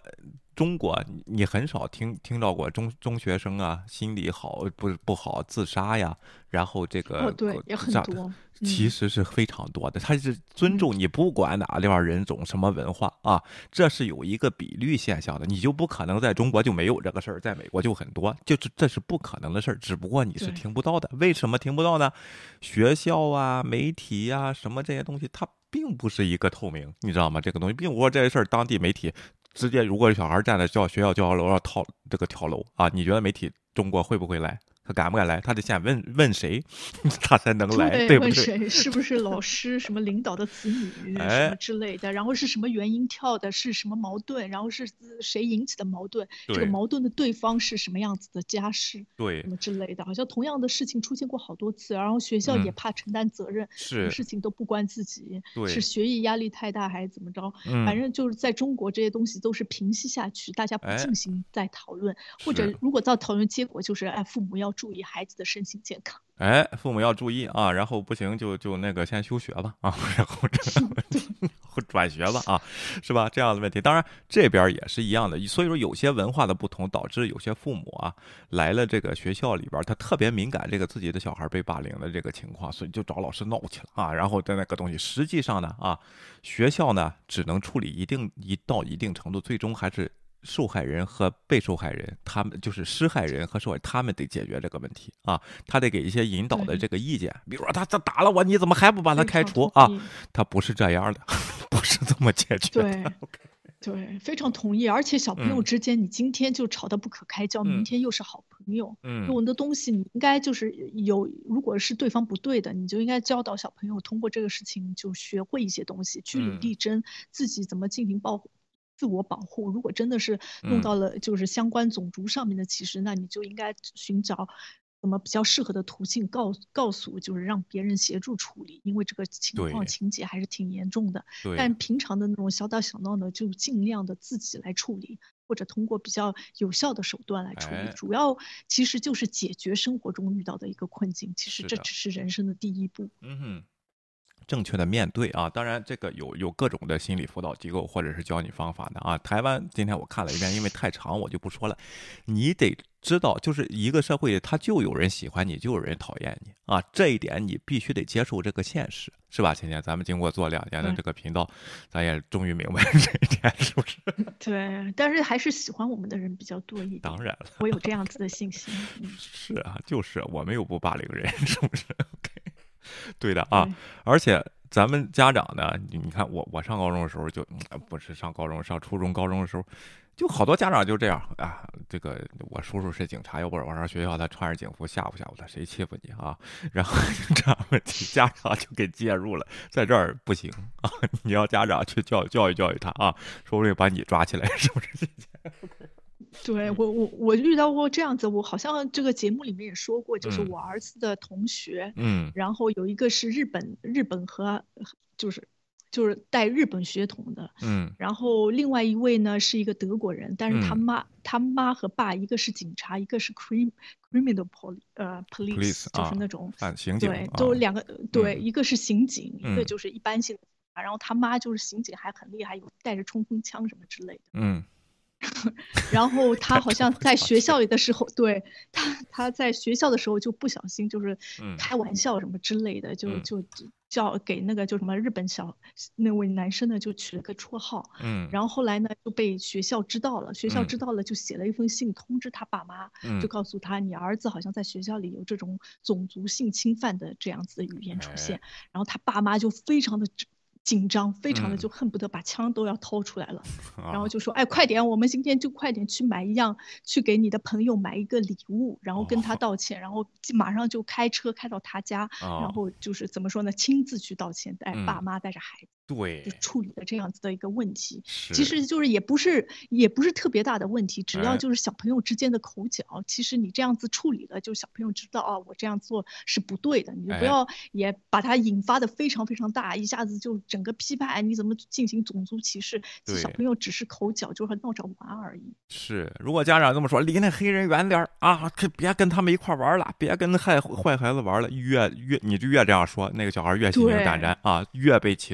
中国你很少听到过中学生啊心理好不好自杀呀，然后这个对，也很多。 其实是非常多的，他是尊重你，不管哪地方人种什么文化啊，这是有一个比率现象的，你就不可能在中国就没有这个事儿，在美国就很多，这是不可能的事儿，只不过你是听不到的。为什么听不到呢？学校啊、媒体啊什么这些东西，它并不是一个透明，你知道吗？这个东西并不是这些事儿，当地媒体直接，如果小孩站在学校教学楼上跳楼啊，你觉得媒体中国会不会来？他敢不敢来？他得先问谁，他才能来，对不对？ 问谁？是不是老师、什么领导的子女什么之类的？然后是什么原因跳的？是什么矛盾？然后是谁引起的矛盾？这个矛盾的对方是什么样子的家世？ 对， 什么之类的？好像同样的事情出现过好多次，然后学校也怕承担责任，什么事情都不关自己，是学业压力太大还是怎么着？反正就是在中国这些东西都是平息下去，大家不进行再讨论，或者如果到讨论结果就是父母要注意孩子的身心健康。 父母要注意啊，然后不行就那个先休学吧啊，然后转学吧啊，是吧？这样的问题，当然这边也是一样的。所以说有些文化的不同，导致有些父母啊来了这个学校里边，他特别敏感这个自己的小孩被霸凌的这个情况，所以就找老师闹去了啊。然后的那个东西，实际上呢学校呢只能处理到一定程度，最终还是受害人和被受害人，他们就是施害人和受害人，他们得解决这个问题啊，他得给一些引导的这个意见，比如说他打了我，你怎么还不把他开除啊？他不是这样的，不是这么解决的。 对，非常同意。而且小朋友之间，你今天就吵得不可开交，明天又是好朋友。有很多东西你应该就是如果是对方不对的，你就应该教导小朋友通过这个事情就学会一些东西，据理力争，自己怎么进行自我保护。如果真的是弄到了就是相关种族上面的歧视，那你就应该寻找怎么比较适合的途径告诉就是让别人协助处理，因为这个情节还是挺严重的。但平常的那种小打小闹呢，就尽量的自己来处理，或者通过比较有效的手段来处理。主要其实就是解决生活中遇到的一个困境，其实这只是人生的第一步。 正确的面对啊，当然这个有各种的心理辅导机构或者是教你方法的啊。台湾今天我看了一遍，因为太长我就不说了。你得知道，就是一个社会，它就有人喜欢你，就有人讨厌你啊。这一点你必须得接受这个现实，是吧？今天咱们经过做2年的这个频道，咱也终于明白这一点，是不是？ 对，但是还是喜欢我们的人比较多一点。 当然了， 我有这样子的信心。 是啊，就是我们又不霸凌人，是不是 ？OK。对的啊，而且咱们家长呢，你看我上高中的时候就不是上高中，上初中、高中的时候，就好多家长就这样啊。这个我叔叔是警察，要不然我上学校他穿着警服吓唬他，谁欺负你啊？然后这样问题，家长就给介入了，在这儿不行啊，你要家长去教育他啊，说不定把你抓起来，是不是？ 对，我遇到过这样子，我好像这个节目里面也说过，就是我儿子的同学，然后有一个是日本和就是带日本血统的，然后另外一位呢是一个德国人，但是他妈和爸一个是警察，一个是 criminal police， 就是那种刑警， 对，都2个，对，一个是刑警，一个就是一般性的，然后他妈就是刑警，还很厉害，有带着冲锋枪什么之类的，然后他好像在学校里的时候，对他在学校的时候就不小心就是开玩笑什么之类的，就叫给那个就什么日本那位男生呢就取了个绰号，然后后来呢就被学校知道了，就写了一封信通知他爸妈，就告诉他你儿子好像在学校里有这种种族性侵犯的这样子的语言出现，然后他爸妈就非常的紧张，非常的就恨不得把枪都要掏出来了，然后就说哎快点，我们今天就快点去给你的朋友买一个礼物，然后跟他道歉，然后马上就开车开到他家，然后就是怎么说呢，亲自去道歉，带爸妈带着孩子， 对， 就处理了这样子的一个问题。其实就是也不是特别大的问题，只要就是小朋友之间的口角，其实你这样子处理了，就小朋友知道啊，我这样做是不对的，你就不要也把它引发的非常非常大，一下子就整个批判你怎么进行种族歧视，小朋友只是口角，就是闹着玩而已。 是，如果家长这么说，离那黑人远点啊，别跟他们一块玩了，别跟坏孩子玩了，你就越这样说，那个小孩越心惊胆战啊，越被歧视，越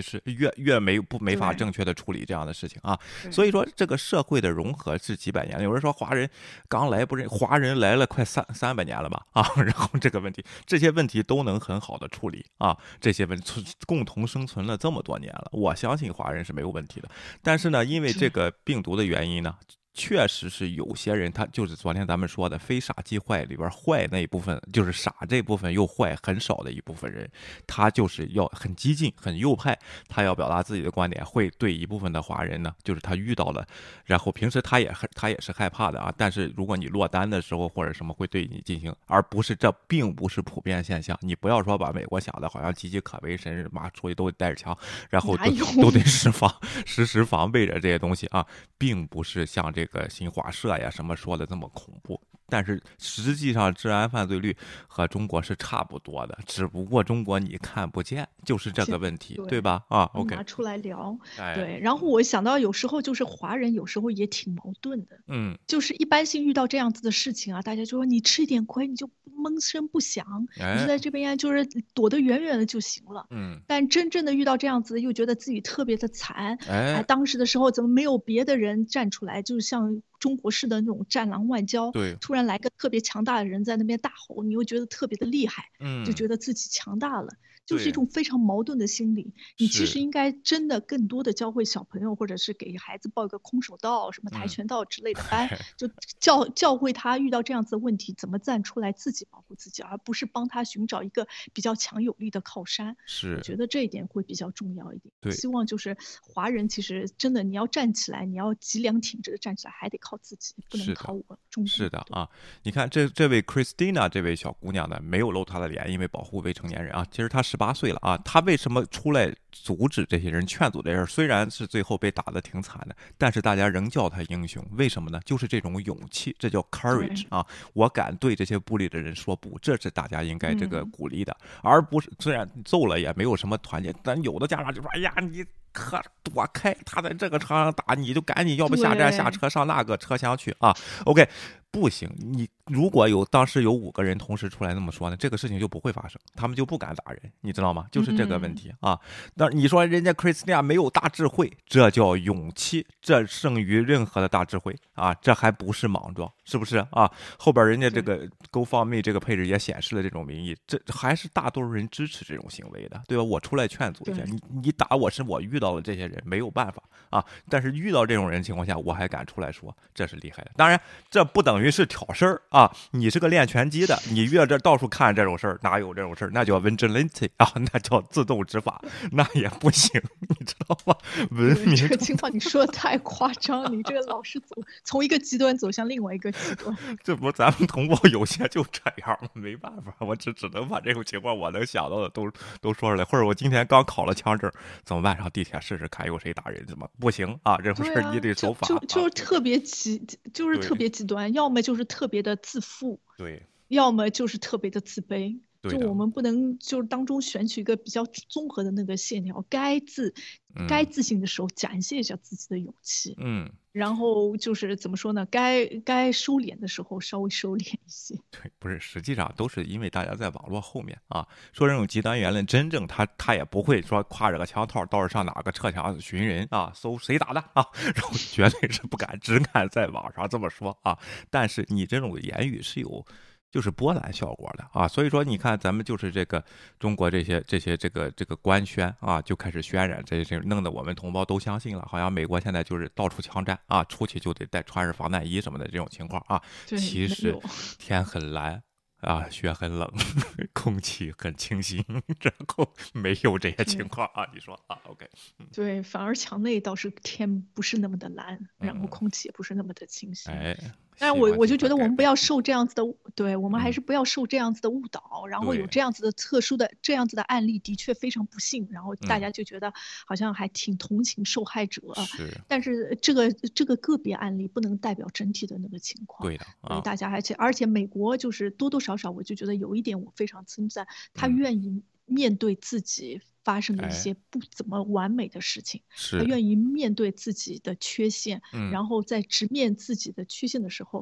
越没法正确的处理这样的事情啊。所以说这个社会的融合是几百年，有人说华人刚来不认，华人来了快300年了吧啊，然后这些问题都能很好的处理啊，这些问题共同生存了这么多年了，我相信华人是没有问题的。但是呢，因为这个病毒的原因呢，确实是有些人，他就是昨天咱们说的非傻即坏里边坏那一部分，就是傻这部分又坏很少的一部分人，他就是要很激进、很右派，他要表达自己的观点，会对一部分的华人呢，就是他遇到了，然后平时他也是害怕的啊，但是如果你落单的时候或者什么，会对你进行，而不是这并不是普遍现象。你不要说把美国想的好像岌岌可危，甚至妈出去都带着枪，然后都得实时防备着这些东西啊，并不是像这个新华社呀什么说的这么恐怖。但是实际上治安犯罪率和中国是差不多的，只不过中国你看不见，就是这个问题，对吧？啊 ，OK， 拿出来聊， 哎、 对。然后我想到有时候就是华人有时候也挺矛盾的，就是一般性遇到这样子的事情啊，大家就说你吃一点亏你就闷声不响，你就在这边就是躲得远远的就行了，但真正的遇到这样子，又觉得自己特别的惨，当时的时候怎么没有别的人站出来，就像中国式的那种战狼外交，突然来个特别强大的人在那边大吼，你又觉得特别的厉害，就觉得自己强大了，就是一种非常矛盾的心理。你其实应该真的更多的教会小朋友，或者是给孩子报一个空手道、什么跆拳道之类的班，就教会他遇到这样子的问题怎么站出来自己保护自己，而不是帮他寻找一个比较强有力的靠山。我觉得这一点会比较重要一点。希望就是华人其实真的你要站起来，你要脊梁挺直的站起来，还得靠自己，不能靠我。 是的啊，你看这位 Christina 这位小姑娘呢，没有露她的脸，因为保护未成年人啊。其实她18岁了啊，她为什么出来阻止这些人、劝阻这事？虽然是最后被打得挺惨的，但是大家仍叫她英雄。为什么呢？就是这种勇气，这叫 courage 啊！我敢对这些bully的人说不，这是大家应该这个鼓励的，而不是虽然揍了也没有什么团结，但有的家长就说：“哎呀，你可躲开，他在这个车上打，你就赶紧要不下站下车上那个车厢去啊 ！”OK。不行，你如果当时有5个人同时出来那么说呢，这个事情就不会发生，他们就不敢打人，你知道吗？就是这个问题啊。那你说人家 Christina 没有大智慧，这叫勇气，这胜于任何的大智慧啊，这还不是莽撞，是不是啊？后边人家这个 GoFundMe 这个配置也显示了这种民意，这还是大多数人支持这种行为的，对吧？我出来劝阻一下，你打我是我遇到了这些人没有办法啊，但是遇到这种人情况下，我还敢出来说，这是厉害的。当然，这不等于是挑事儿啊！你是个练拳击的，你越这到处看这种事儿，哪有这种事儿？那叫 vigilante 啊，那叫自动执法，那也不行，你知道吗？文明这个情况你说的太夸张，你这个老是从一个极端走向另外一个极端。 这不咱们同胞有些就这样了，没办法，我只能把这种情况我能想到的都说出来。或者我今天刚考了枪证，怎么办？上地铁试试看有谁打人，怎么不行啊？这种事儿你得守法。 就是特别就是特别极端，要么就是特别的自负， 对， 要么就是特别的自卑。就我们不能就是当中选取一个比较综合的那个线条，该自信的时候展现一下自己的勇气，然后就是怎么说呢？该收敛的时候稍微收敛一些。 对，不是，实际上都是因为大家在网络后面啊，说这种极端言论，真正他也不会说挎着个枪套到上哪个车厢寻人啊，搜谁打的啊，然后绝对是不敢，只敢在网上这么说啊。但是你这种言语是有。就是波澜效果的啊，所以说你看咱们就是这个中国这些这个官宣啊，就开始渲染这弄得我们同胞都相信了，好像美国现在就是到处枪战啊，出去就得穿着防弹衣什么的这种情况啊，其实天很蓝啊，雪很冷，空气很清新，然后没有这些情况啊，你说啊 ，OK， 对，反而墙内倒是天不是那么的蓝，然后空气也不是那么的清新，但是我就觉得我们不要受这样子的，对，我们还是不要受这样子的误导，然后有这样子的特殊的这样子的案例，的确非常不幸，然后大家就觉得好像还挺同情受害者，但是这个个别案例不能代表整体的那个情况， 对的， 大家而且美国就是多多少少我就觉得有一点我非常称赞，他愿意面对自己发生的一些不怎么完美的事情，他愿意面对自己的缺陷，然后在直面自己的缺陷的时候，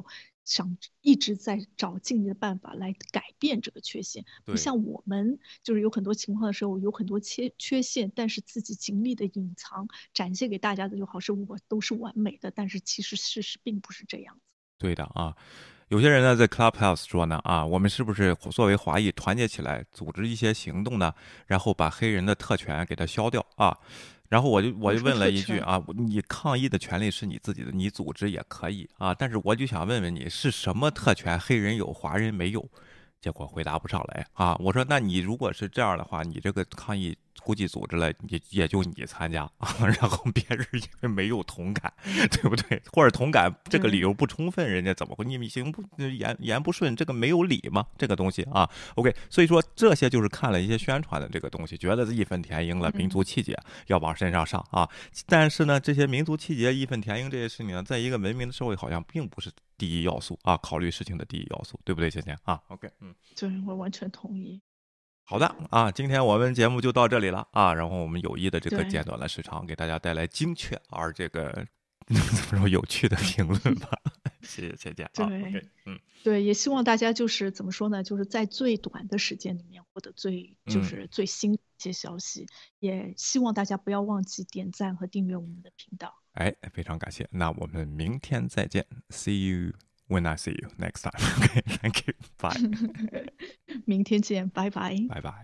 想一直在找尽力的办法来改变这个缺陷，不像我们就是有很多情况的时候有很多缺陷，但是自己尽力的隐藏，展现给大家的就好像我都是完美的，但是其实事实并不是这样子。 对的啊。有些人呢在 Clubhouse 说呢我们是不是作为华裔团结起来组织一些行动呢，然后把黑人的特权给它消掉然后我就问了一句你抗议的权利是你自己的，你组织也可以但是我就想问问你，是什么特权黑人有华人没有？结果回答不上来我说那你如果是这样的话，你这个抗议估计组织了也就你参加然后别人因为没有同感，对不对？或者同感这个理由不充分，人家怎么会你行不言不顺，这个没有理吗？这个东西OK， 所以说这些就是看了一些宣传的这个东西，觉得义愤填膺了，民族气节要往身上上但是呢，这些民族气节、义愤填膺这些事情呢，在一个文明的社会好像并不是第一要素考虑事情的第一要素，对不对，芊芊？OK， 对，我完全同意。 好的今天我们节目就到这里了然后我们有意的这个简短了时长，给大家带来精确而这个怎么说有趣的评论吧。谢谢芊芊对 ，OK， 对，也希望大家就是怎么说呢，就是在最短的时间里面获得就是最新的一些消息，也希望大家不要忘记点赞和订阅我们的频道。 非常感谢，那我们明天再见 ，See you when I see you next time。OK， Thank you， Bye。 明天见，拜拜， 拜拜。